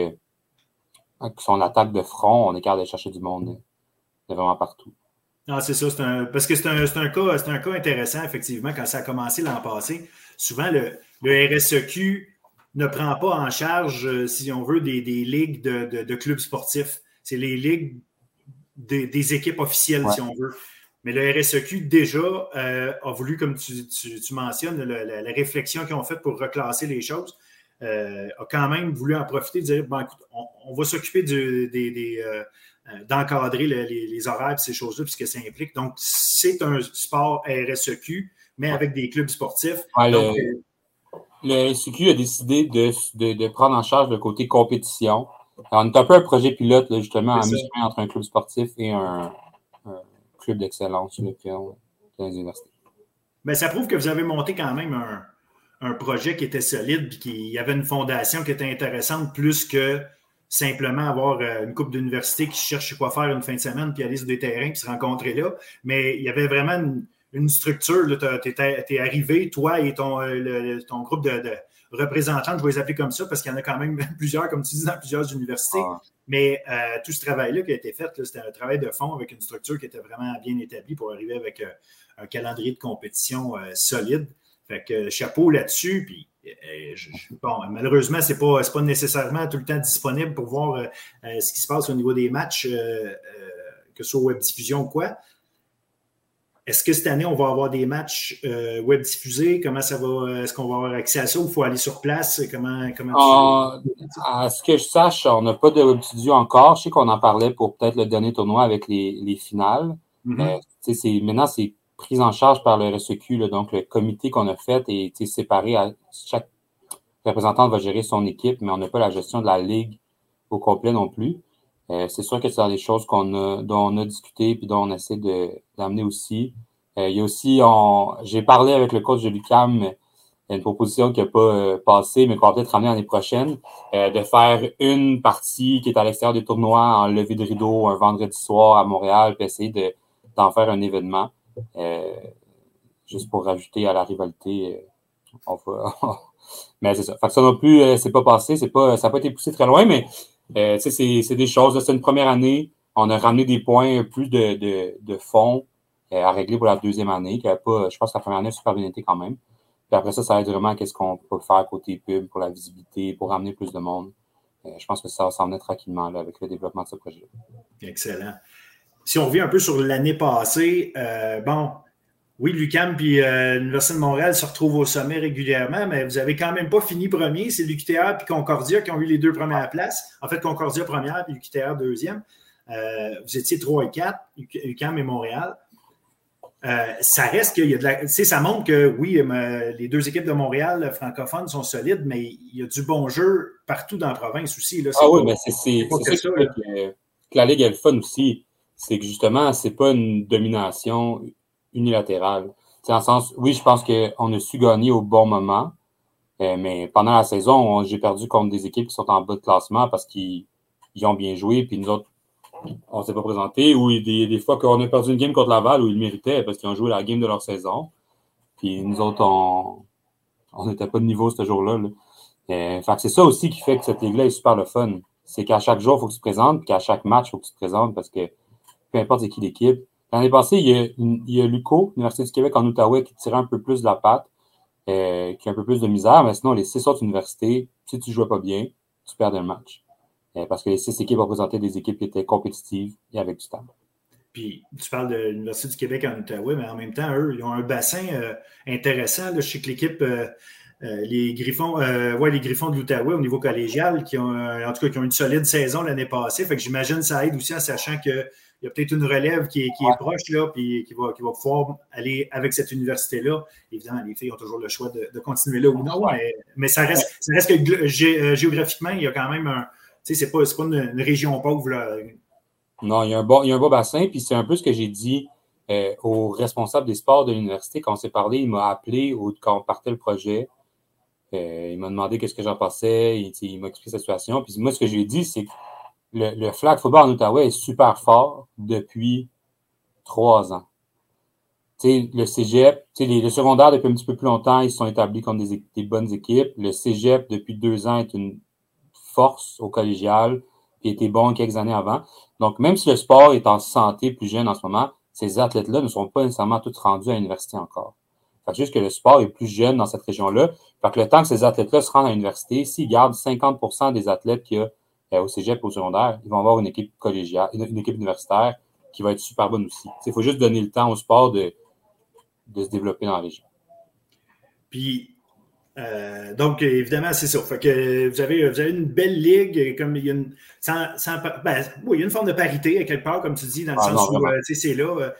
son attaque de front, on est capable de chercher du monde de vraiment partout. Non, c'est ça. Parce que c'est un cas intéressant, effectivement, quand ça a commencé l'an passé. Souvent, le RSEQ ne prend pas en charge, si on veut, des ligues de clubs sportifs. C'est les ligues des équipes officielles, si on veut. Mais le RSEQ, déjà, a voulu, comme tu mentionnes, la réflexion qu'ils ont faite pour reclasser les choses, a quand même voulu en profiter, de dire, bon, écoute, on va s'occuper d'encadrer les horaires et ces choses-là, puisque ça implique. Donc, c'est un sport RSEQ, mais avec des clubs sportifs. Ouais, donc, le RSEQ a décidé de prendre en charge le côté compétition. Alors, on est un peu un projet pilote, là, justement, à mi-chemin entre un club sportif et un club d'excellence dans les universités. Ben, ça prouve que vous avez monté quand même un projet qui était solide et qu'il y avait une fondation qui était intéressante plus que simplement avoir une couple d'universités qui cherchent quoi faire une fin de semaine puis aller sur des terrains puis se rencontrer là. Mais il y avait vraiment une structure. Tu es arrivé, toi et ton groupe de représentants, je vais les appeler comme ça parce qu'il y en a quand même plusieurs, comme tu dis, dans plusieurs universités. Mais tout ce travail-là qui a été fait, c'était un travail de fond avec une structure qui était vraiment bien établie pour arriver avec un calendrier de compétition solide. Fait que chapeau là-dessus. Puis, bon, malheureusement, c'est pas nécessairement tout le temps disponible pour voir ce qui se passe au niveau des matchs, que ce soit web diffusion ou quoi. Est-ce que cette année, on va avoir des matchs web diffusés? Comment ça va? Est-ce qu'on va avoir accès à ça ou il faut aller sur place? À ce que je sache, on n'a pas de web diffusion encore. Je sais qu'on en parlait pour peut-être le dernier tournoi avec les finales. Mm-hmm. Maintenant, c'est pris en charge par le RSEQ, là, donc le comité qu'on a fait est séparé. Chaque représentant va gérer son équipe, mais on n'a pas la gestion de la ligue au complet non plus. C'est sûr que c'est des choses dont on a discuté et dont on essaie d'amener aussi. Il y a aussi, j'ai parlé avec le coach de l'UQAM, il y a une proposition qui n'a pas passé, mais qu'on va peut-être ramener l'année prochaine, de faire une partie qui est à l'extérieur des tournois en levée de rideau un vendredi soir à Montréal, puis essayer d'en faire un événement. Juste pour rajouter à la rivalité, mais c'est ça. Fait que ça non plus, c'est pas passé, ça n'a pas été poussé très loin, mais c'est des choses. C'est une première année. On a ramené des points, plus de fonds à régler pour la deuxième année. Je pense que la première année a super bien été quand même. Puis après ça va être vraiment qu'est-ce qu'on peut faire côté pub pour la visibilité, pour ramener plus de monde. Je pense que ça va s'en venir tranquillement là, avec le développement de ce projet-là. Excellent. Si on revient un peu sur l'année passée, oui, l'UQAM puis l'Université de Montréal se retrouvent au sommet régulièrement, mais vous n'avez quand même pas fini premier. C'est l'UQTR puis Concordia qui ont eu les 2 premières places. En fait, Concordia première puis l'UQTR deuxième. Vous étiez 3 et 4, UQAM et Montréal. Ça reste qu'il y a de la... Ça montre que, oui, les 2 équipes de Montréal francophones sont solides, mais il y a du bon jeu partout dans la province aussi. Là. Oui, mais c'est ça que la Ligue est le fun aussi. C'est que justement, c'est pas une domination unilatérale. Dans le sens, oui, je pense qu'on a su gagner au bon moment, mais pendant la saison, j'ai perdu contre des équipes qui sont en bas de classement parce qu'ils ont bien joué, puis nous autres, on ne s'est pas présenté, ou des fois qu'on a perdu une game contre Laval où ils méritaient parce qu'ils ont joué la game de leur saison, puis nous autres, on n'était pas de niveau ce jour-là. Fait que c'est ça aussi qui fait que cette ligue-là est super le fun. C'est qu'à chaque jour, il faut que tu te présentes, puis qu'à chaque match, il faut que tu te présentes parce que peu importe c'est qui l'équipe. L'année passée, il y a l'UQO, l'Université du Québec en Outaouais, qui tirait un peu plus de la patte, qui a un peu plus de misère, mais sinon, les 6 autres universités, si tu ne jouais pas bien, tu perdais le match. Parce que les 6 équipes représentaient des équipes qui étaient compétitives et avec du talent. Puis, tu parles de l'Université du Québec en Outaouais, mais en même temps, eux, ils ont un bassin intéressant. Là, je sais que l'équipe, les Griffons de l'Outaouais au niveau collégial, qui ont une solide saison l'année passée. Fait que j'imagine que ça aide aussi en sachant qu'il y a peut-être une relève qui est proche, là, puis qui va pouvoir aller avec cette université-là. Évidemment, les filles ont toujours le choix de continuer là ou non, mais ça reste que géographiquement, il y a quand même un... Tu sais, c'est pas une région pauvre, là. Non, il y a un bon bassin, puis c'est un peu ce que j'ai dit au responsable des sports de l'université. Quand on s'est parlé, il m'a appelé quand on partait le projet. Il m'a demandé qu'est-ce que j'en pensais. Il m'a expliqué sa situation. Puis moi, ce que je lui ai dit, c'est que le flag football en Outaouais est super fort depuis 3 ans. T'sais, le cégep, les secondaires, depuis un petit peu plus longtemps, ils sont établis comme des bonnes équipes. Le cégep, depuis 2 ans, est une force au collégial, qui était bon quelques années avant. Donc, même si le sport est en santé plus jeune en ce moment, ces athlètes-là ne sont pas nécessairement tous rendus à l'université encore. Fait que juste que le sport est plus jeune dans cette région-là. Fait que le temps que ces athlètes-là se rendent à l'université, s'ils gardent 50% des athlètes qu'il y a au cégep et au secondaire, ils vont avoir une équipe collégiale, une équipe universitaire qui va être super bonne aussi. Il faut juste donner le temps au sport de se développer dans la région. Puis, donc, évidemment, c'est ça. Fait que vous avez une belle ligue, comme il y a une, il y a une forme de parité à quelque part, comme tu dis, dans le sens où c'est là.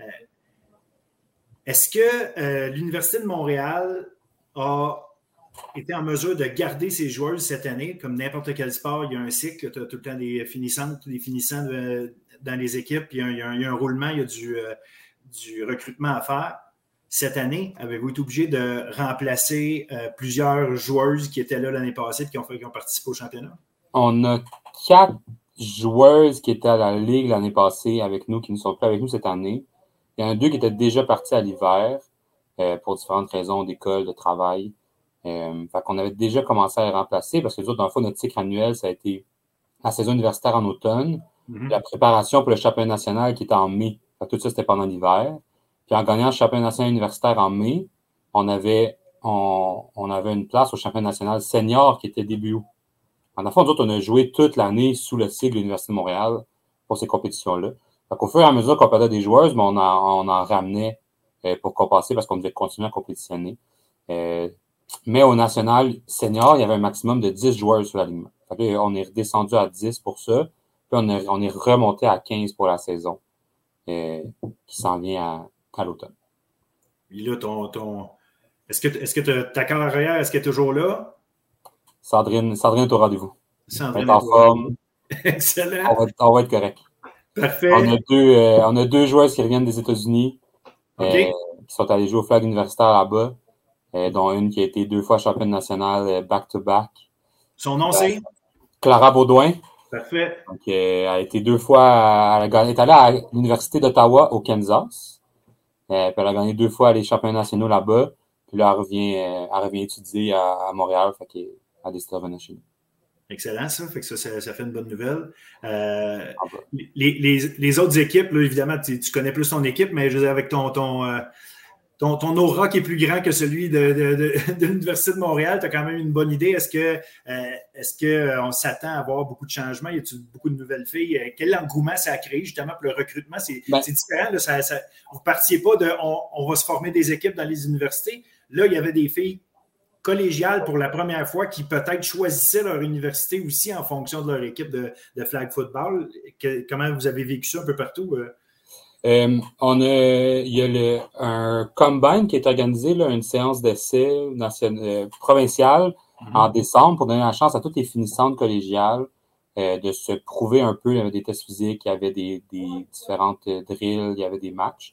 Est-ce que l'Université de Montréal a été en mesure de garder ses joueurs cette année? Comme n'importe quel sport, il y a un cycle, tu as tout le temps des finissants dans les équipes, puis il y a un roulement, il y a du recrutement à faire. Cette année, avez-vous été obligé de remplacer plusieurs joueuses qui étaient là l'année passée et qui ont participé au championnat? On a 4 joueuses qui étaient à la Ligue l'année passée avec nous, qui ne sont plus avec nous cette année. Il y en a 2 qui étaient déjà partis à l'hiver pour différentes raisons d'école, de travail. Fait qu'on avait déjà commencé à les remplacer parce que nous autres, dans le fond, notre cycle annuel, ça a été la saison universitaire en automne, la préparation pour le championnat national qui était en mai. Fait que tout ça, c'était pendant l'hiver. Puis en gagnant le championnat national universitaire en mai, on avait une place au championnat national senior qui était début août. En fait, nous autres, on a joué toute l'année sous le sigle de l'Université de Montréal pour ces compétitions-là. Fait qu'au fur et à mesure qu'on perdait des joueuses, mais on en ramenait pour compenser parce qu'on devait continuer à compétitionner. Mais au national senior, il y avait un maximum de 10 joueurs sur l'alignement. Fait que on est redescendu à 10 pour ça. Puis on est remonté à 15 pour la saison qui s'en vient à l'automne. Et là, est-ce que ta carrière, est-ce qu'elle est toujours là? Sandrine est au rendez-vous. Sandrine est en forme. Excellent. On va être correct. Parfait. On a deux joueuses qui reviennent des États-Unis qui sont allées jouer au flag universitaire là-bas, dont une qui a été 2 fois championne nationale back-to-back. Son nom, c'est? Clara Baudouin. Parfait. Donc, elle a été 2 fois, elle est allée à l'Université d'Ottawa au Kansas. Puis elle a gagné 2 fois les championnats nationaux là-bas. Puis là, elle revient étudier à Montréal. Fait qu'elle a décidé de revenir chez nous. Excellent, ça. Fait que ça fait une bonne nouvelle. Les autres équipes, là, évidemment, tu connais plus ton équipe, mais je veux dire, avec ton aura qui est plus grand que celui de l'Université de Montréal, tu as quand même une bonne idée. Est-ce qu'on s'attend à avoir beaucoup de changements? Y a-t-il beaucoup de nouvelles filles? Quel engouement ça a créé justement pour le recrutement? C'est différent. Là, vous ne partiez pas de on va se former des équipes dans les universités. Là, il y avait des filles collégiales pour la première fois qui peut-être choisissaient leur université aussi en fonction de leur équipe de flag football. Comment vous avez vécu ça un peu partout? Il y a un combine qui est organisé, là, une séance d'essai provinciale en décembre pour donner la chance à toutes les finissantes collégiales de se prouver un peu. Il y avait des tests physiques, il y avait des différentes drills, il y avait des matchs.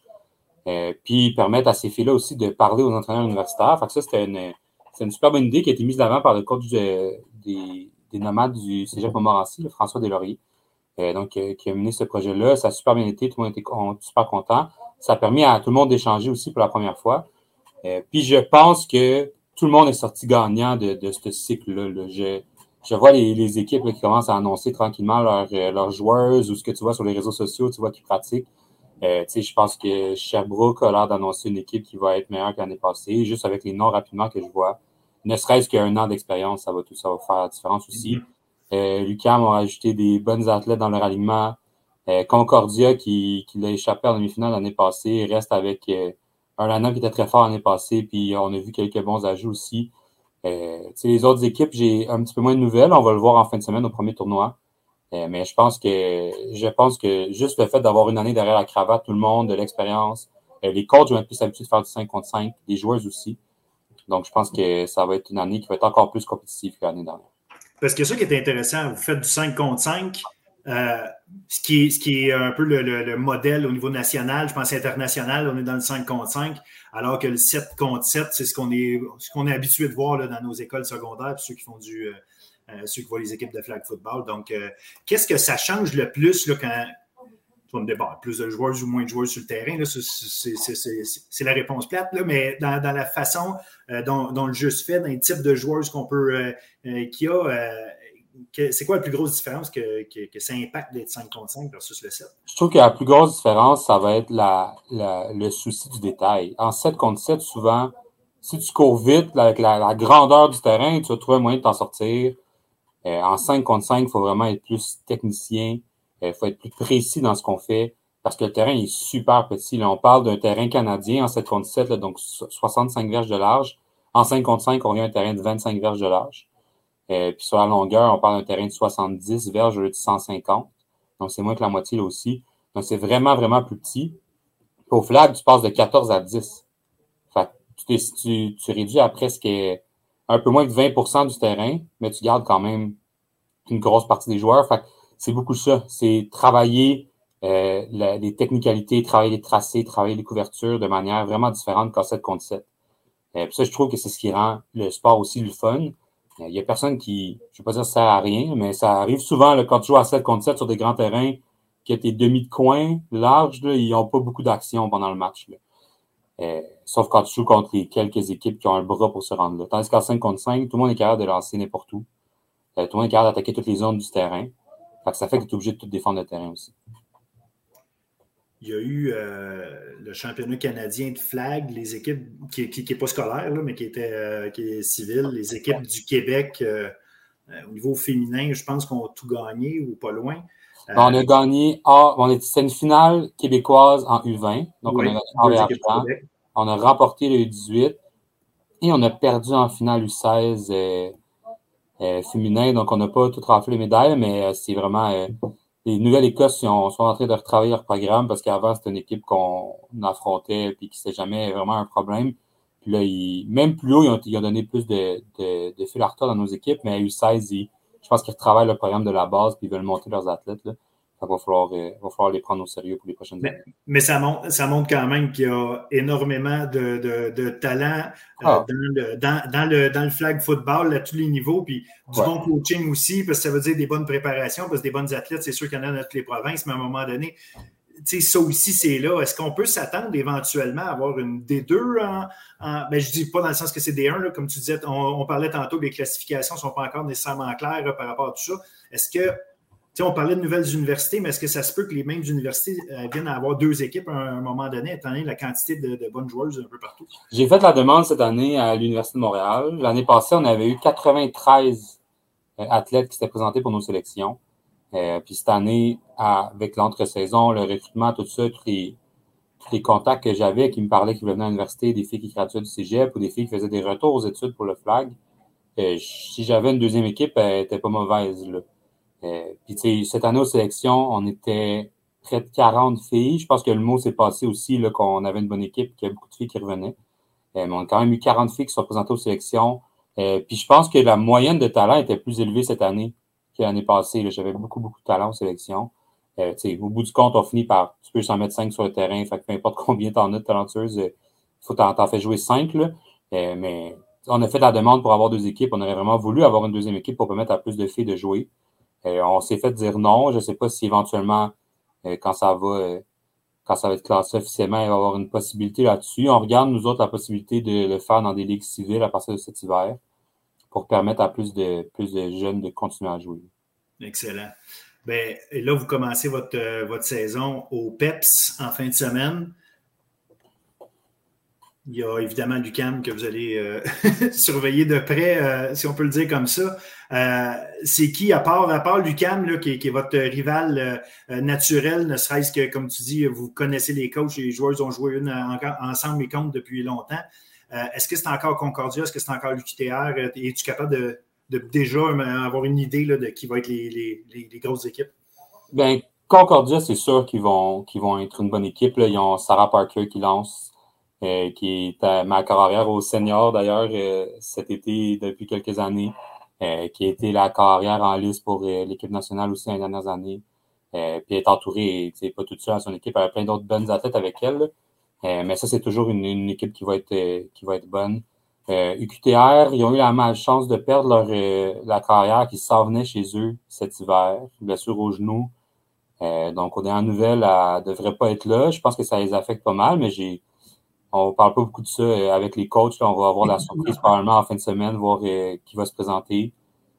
Puis permettre à ces filles-là aussi de parler aux entraîneurs universitaires. Fait que ça, c'est une super bonne idée qui a été mise de l'avant par le coach des nomades du Cégep Montmorency, François Deslauriers. Donc, qui a mené ce projet-là. Ça a super bien été. Tout le monde était super content. Ça a permis à tout le monde d'échanger aussi pour la première fois. Puis, je pense que tout le monde est sorti gagnant de ce cycle-là. Là. Je vois les équipes là, qui commencent à annoncer tranquillement leurs joueuses ou ce que tu vois sur les réseaux sociaux, tu vois, qui pratiquent. Je pense que Sherbrooke a l'air d'annoncer une équipe qui va être meilleure que l'année passée, juste avec les noms rapidement que je vois. Ne serait-ce qu'un an d'expérience, ça va faire la différence aussi. l'UQAM a ajouté des bonnes athlètes dans leur alignement. Concordia, qui l'a échappé en demi-finale l'année passée, reste avec un line-up qui était très fort l'année passée, puis on a vu quelques bons ajouts aussi. Les autres équipes, j'ai un petit peu moins de nouvelles. On va le voir en fin de semaine au premier tournoi. Mais je pense que juste le fait d'avoir une année derrière la cravate, tout le monde, de l'expérience, les coachs vont être plus habitués de faire du 5 contre 5, les joueuses aussi. Donc, je pense que ça va être une année qui va être encore plus compétitive que l'année dernière. Parce que ça qui est intéressant, vous faites du 5 contre 5, ce qui est un peu le modèle au niveau national, je pense international, on est dans le 5 contre 5, alors que le 7 contre 7, c'est ce qu'on est habitué de voir là, dans nos écoles secondaires, puis ceux qui font ceux qui voient les équipes de flag football. Donc, qu'est-ce que ça change le plus là, quand tu vas me dire, bon, plus de joueurs ou moins de joueurs sur le terrain, là, c'est la réponse plate, là, mais dans la façon dont le jeu se fait, dans les types de joueurs qu'on peut qu'il y a, c'est quoi la plus grosse différence que ça impacte d'être 5 contre 5 versus le 7? Je trouve que la plus grosse différence, ça va être le souci du détail. En 7 contre 7, souvent, si tu cours vite avec la grandeur du terrain, tu vas trouver un moyen de t'en sortir. En 5 contre 5, il faut vraiment être plus technicien. Il faut être plus précis dans ce qu'on fait parce que le terrain est super petit. Là, on parle d'un terrain canadien en 7 contre 7, là, donc 65 verges de large. En 5 contre 5, on a un terrain de 25 verges de large. Puis sur la longueur, on parle d'un terrain de 70 verges au lieu de 150. Donc, c'est moins que la moitié là aussi. Donc, c'est vraiment, vraiment plus petit. Puis au flag, tu passes de 14 à 10. Fait que tu réduis à presque un peu moins de 20% du terrain, mais tu gardes quand même une grosse partie des joueurs. Fait que c'est beaucoup ça. C'est travailler les technicalités, travailler les tracés, travailler les couvertures de manière vraiment différente qu'en 7 contre 7. Puis ça, je trouve que c'est ce qui rend le sport aussi le fun. Il y a personne qui, je ne vais pas dire que ça sert à rien, mais ça arrive souvent là, quand tu joues à 7 contre 7 sur des grands terrains, que tes demi de coin larges, là, ils n'ont pas beaucoup d'action pendant le match. Là. Sauf quand tu joues contre les quelques équipes qui ont un bras pour se rendre là. Tandis qu'en 5 contre 5, tout le monde est capable de lancer n'importe où. Tout le monde est capable d'attaquer toutes les zones du terrain. Fait que ça fait que tu es obligé de tout défendre le terrain aussi. il y a eu le championnat canadien de flag, les équipes qui n'est pas scolaire, là, mais qui est civil, les équipes du Québec au niveau féminin, je pense qu'on a tout gagné ou pas loin. On a gagné, c'était une finale québécoise en U20, donc oui, on a gagné or et argent. On a remporté le U18 et on a perdu en finale U16 féminin, donc on n'a pas tout raflé les médailles, mais c'est vraiment... les Nouvelle-Écosse sont en train de retravailler leur programme parce qu'avant, c'était une équipe qu'on affrontait et qui n'était jamais vraiment un problème. Puis là, même plus haut, ils ont donné plus de fil à retordre dans nos équipes, mais à U16, je pense qu'ils retravaillent le programme de la base et ils veulent monter leurs athlètes. Là. Il va falloir les prendre au sérieux pour les prochaines années. Mais ça montre quand même qu'il y a énormément de talent dans le flag football à tous les niveaux, puis du bon coaching aussi, parce que ça veut dire des bonnes préparations, parce que des bonnes athlètes, c'est sûr qu'il y en a dans toutes les provinces, mais à un moment donné, ça aussi, c'est là. Est-ce qu'on peut s'attendre éventuellement à avoir une D2 ben, je dis pas dans le sens que c'est D1, là, comme tu disais, on parlait tantôt que les classifications ne sont pas encore nécessairement claires par rapport à tout ça. Est-ce que on parlait de nouvelles universités, mais est-ce que ça se peut que les mêmes universités viennent à avoir 2 équipes à un moment donné, étant donné la quantité de bonnes joueuses un peu partout? J'ai fait la demande cette année à l'Université de Montréal. L'année passée, on avait eu 93 athlètes qui s'étaient présentés pour nos sélections. Puis cette année, avec l'entre-saison, le recrutement, tout ça, tous les contacts que j'avais qui me parlaient qu'ils venaient à l'université, des filles qui graduaient du cégep ou des filles qui faisaient des retours aux études pour le flag, si j'avais une deuxième équipe, elle n'était pas mauvaise, là. Puis, tu sais, cette année aux sélections, on était près de 40 filles. Je pense que le mot s'est passé aussi, là, qu'on avait une bonne équipe, qu'il y a beaucoup de filles qui revenaient. Mais on a quand même eu 40 filles qui sont présentées aux sélections. Puis, je pense que la moyenne de talent était plus élevée cette année que l'année passée. Là. J'avais beaucoup de talent aux sélections. Tu sais, au bout du compte, on finit par, tu peux s'en mettre 5 sur le terrain. Fait que peu importe combien t'en as de talentueuses, faut t'en fais jouer 5, là. Mais on a fait la demande pour avoir 2 équipes. On aurait vraiment voulu avoir une deuxième équipe pour permettre à plus de filles de jouer. On s'est fait dire non. Je ne sais pas si éventuellement, quand ça va être classé officiellement, il va y avoir une possibilité là-dessus. On regarde, nous autres, la possibilité de le faire dans des ligues civiles à partir de cet hiver pour permettre à plus de jeunes de continuer à jouer. Excellent. Bien, là, vous commencez votre saison au PEPS en fin de semaine. Il y a évidemment l'UQAM que vous allez surveiller de près, si on peut le dire comme ça. C'est qui, à part l'UQAM, là, qui est votre rival naturel, ne serait-ce que, comme tu dis, vous connaissez les coachs et les joueurs ont joué ensemble et contre depuis longtemps. Est-ce que c'est encore Concordia? Est-ce que c'est encore l'UQTR? Es-tu capable de déjà avoir une idée là, de qui va être les grosses équipes? Bien, Concordia, c'est sûr qu'ils vont être une bonne équipe. Là. Ils ont Sarah Parker qui lance. Qui est à ma carrière au senior d'ailleurs cet été depuis quelques années, qui a été la carrière en lice pour l'équipe nationale aussi dans les dernières années. Puis elle est entourée, pas toute seule à son équipe, elle a plein d'autres bonnes athlètes avec elle. Mais ça, c'est toujours une équipe qui va être bonne. UQTR, ils ont eu la malchance de perdre la carrière qui s'en venait chez eux cet hiver, blessure au genou. Donc, aux dernières nouvelles, elle devrait pas être là. Je pense que ça les affecte pas mal, mais on parle pas beaucoup de ça avec les coachs. Là, on va avoir la surprise probablement en fin de semaine, voir qui va se présenter.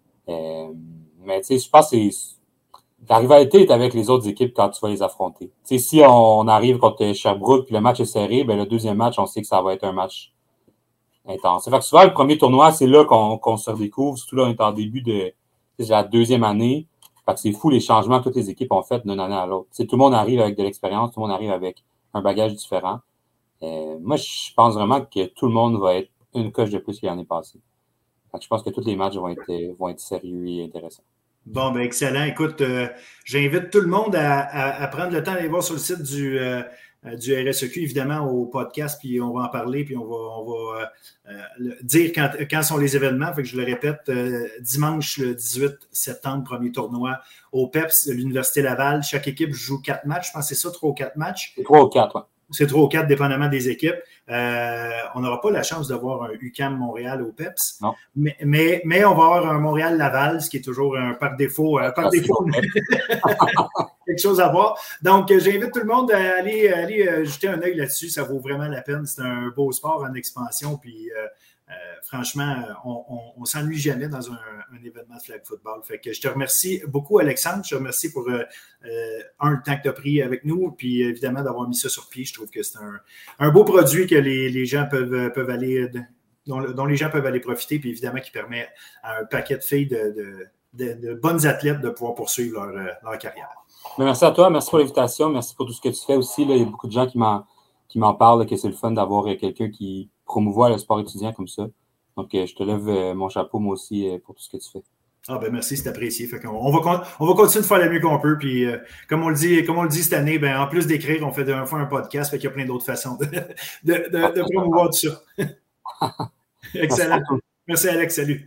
Mais tu sais, je pense que la rivalité est avec les autres équipes quand tu vas les affronter. Tu sais, si on arrive contre Sherbrooke puis le match est serré, ben le deuxième match, on sait que ça va être un match intense. Fait que souvent, le premier tournoi, c'est là qu'on se redécouvre. Surtout là, on est en début de la deuxième année. Fait que c'est fou les changements que toutes les équipes ont fait d'une année à l'autre. Tu sais, tout le monde arrive avec de l'expérience, tout le monde arrive avec un bagage différent. Moi, je pense vraiment que tout le monde va être une coche de plus qu'il l'année passée. Je pense que tous les matchs vont être sérieux et intéressants. Bon, ben excellent. Écoute, j'invite tout le monde à prendre le temps d'aller voir sur le site du RSEQ, évidemment, au podcast, puis on va en parler, puis on va dire quand sont les événements. Fait que je le répète, dimanche le 18 septembre, premier tournoi au PEPS de l'Université Laval. Chaque équipe joue 4 matchs. Je pense que c'est ça, 3 ou 4 matchs. C'est 3 ou 4, oui. C'est 3 ou 4, dépendamment des équipes. On n'aura pas la chance d'avoir un UQAM Montréal au PEPS. Non. Mais on va avoir un Montréal-Laval, ce qui est toujours par défaut. quelque chose à voir. Donc, j'invite tout le monde à aller jeter un œil là-dessus. Ça vaut vraiment la peine. C'est un beau sport en expansion. Puis, franchement, on s'ennuie jamais dans un événement de flag football. Fait que je te remercie beaucoup, Alexandre. Je te remercie pour le temps que tu as pris avec nous, puis évidemment d'avoir mis ça sur pied. Je trouve que c'est un beau produit que les gens peuvent aller, dont les gens peuvent aller profiter, puis évidemment qui permet à un paquet de filles de bonnes athlètes de pouvoir poursuivre leur carrière. Merci à toi, merci pour l'invitation, merci pour tout ce que tu fais aussi. Là, il y a beaucoup de gens qui m'en parlent, là, que c'est le fun d'avoir quelqu'un qui promouvoit le sport étudiant comme ça. Donc, je te lève mon chapeau, moi aussi, pour tout ce que tu fais. Ah ben merci, c'est apprécié. Fait qu'on va continuer de faire le mieux qu'on peut. Puis, comme on le dit cette année, ben en plus d'écrire, on fait un podcast. Fait qu'il y a plein d'autres façons de promouvoir tout ça. Excellent. Merci, Alex. Salut.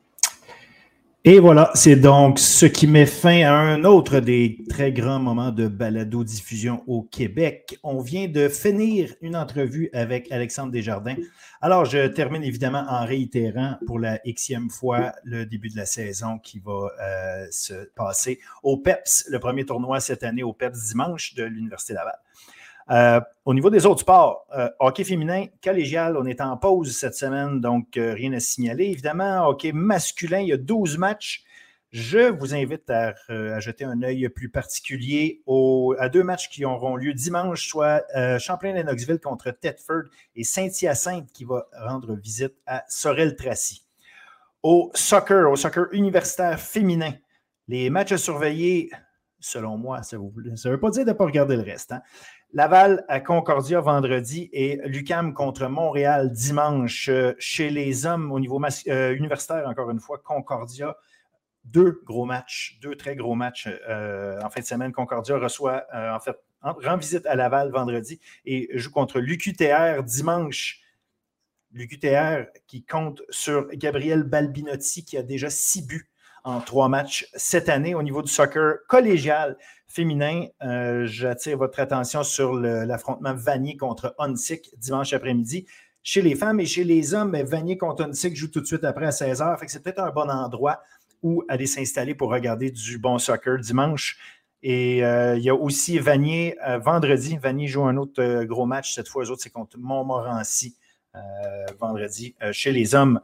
Et voilà, c'est donc ce qui met fin à un autre des très grands moments de balado-diffusion au Québec. On vient de finir une entrevue avec Alexandre Desjardins. Alors, je termine évidemment en réitérant pour la Xème fois le début de la saison qui va se passer au PEPS, le premier tournoi cette année au PEPS dimanche de l'Université Laval. Au niveau des autres sports, hockey féminin, collégial, on est en pause cette semaine, donc rien à signaler. Évidemment, hockey masculin, il y a 12 matchs. Je vous invite à jeter un œil plus particulier à 2 matchs qui auront lieu dimanche, soit Champlain-Lennoxville contre Thetford et Saint-Hyacinthe qui va rendre visite à Sorel-Tracy. Au soccer universitaire féminin, les matchs à surveiller, selon moi, ça ne veut pas dire de ne pas regarder le reste, hein? Laval à Concordia vendredi et l'UQAM contre Montréal dimanche. Chez les hommes au niveau universitaire, encore une fois, Concordia, 2 très gros matchs en fin de semaine. Concordia rend visite à Laval vendredi et joue contre l'UQTR dimanche. L'UQTR qui compte sur Gabriel Balbinotti qui a déjà 6 buts en 3 matchs cette année. Au niveau du soccer collégial féminin, j'attire votre attention sur l'affrontement Vanier contre Huntsic dimanche après-midi. Chez les femmes et chez les hommes, Vanier contre Huntsic joue tout de suite après à 16h. Fait que c'est peut-être un bon endroit où aller s'installer pour regarder du bon soccer dimanche. Et il y a aussi Vanier vendredi. Vanier joue un autre gros match. Cette fois, eux autres, c'est contre Montmorency vendredi chez les hommes.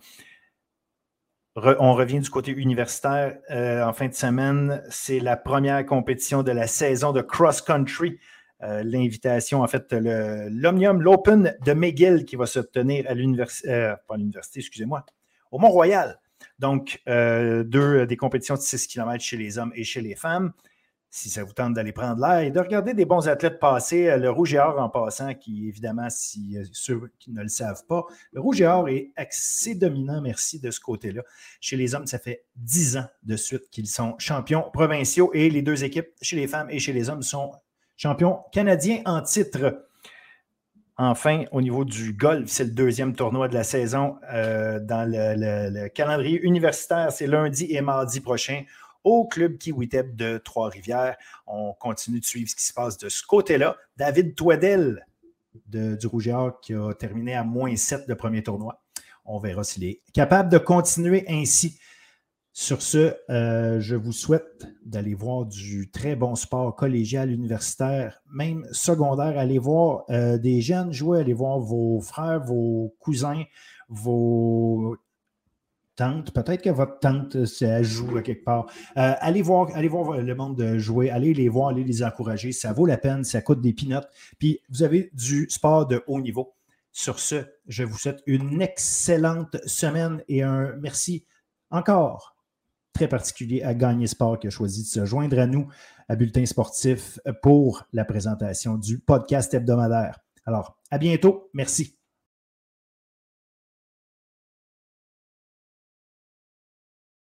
On revient du côté universitaire en fin de semaine. C'est la première compétition de la saison de cross-country. L'invitation, en fait, l'Open de McGill qui va se tenir à au Mont-Royal. Donc, 2 des compétitions de 6 km chez les hommes et chez les femmes. Si ça vous tente d'aller prendre l'air et de regarder des bons athlètes passer, le Rouge et Or en passant, qui évidemment, si ceux qui ne le savent pas, le Rouge et Or est assez dominant, merci, de ce côté-là. Chez les hommes, ça fait 10 ans de suite qu'ils sont champions provinciaux et les 2 équipes, chez les femmes et chez les hommes, sont champions canadiens en titre. Enfin, au niveau du golf, c'est le 2e tournoi de la saison dans le calendrier universitaire. C'est lundi et mardi prochain au club Kiwitep de Trois-Rivières. On continue de suivre ce qui se passe de ce côté-là. David Toidel du Rouge et Or qui a terminé à -7 le premier tournoi. On verra s'il est capable de continuer ainsi. Sur ce, je vous souhaite d'aller voir du très bon sport collégial, universitaire, même secondaire. Allez voir des jeunes jouer, allez voir vos frères, vos cousins, vos tante, peut-être que votre tante elle joue quelque part. Allez voir le monde jouer, allez les voir, allez les encourager. Ça vaut la peine, ça coûte des peanuts. Puis vous avez du sport de haut niveau. Sur ce, je vous souhaite une excellente semaine et un merci encore très particulier à Gagner Sport qui a choisi de se joindre à nous à Bulletin Sportif pour la présentation du podcast hebdomadaire. Alors, à bientôt. Merci.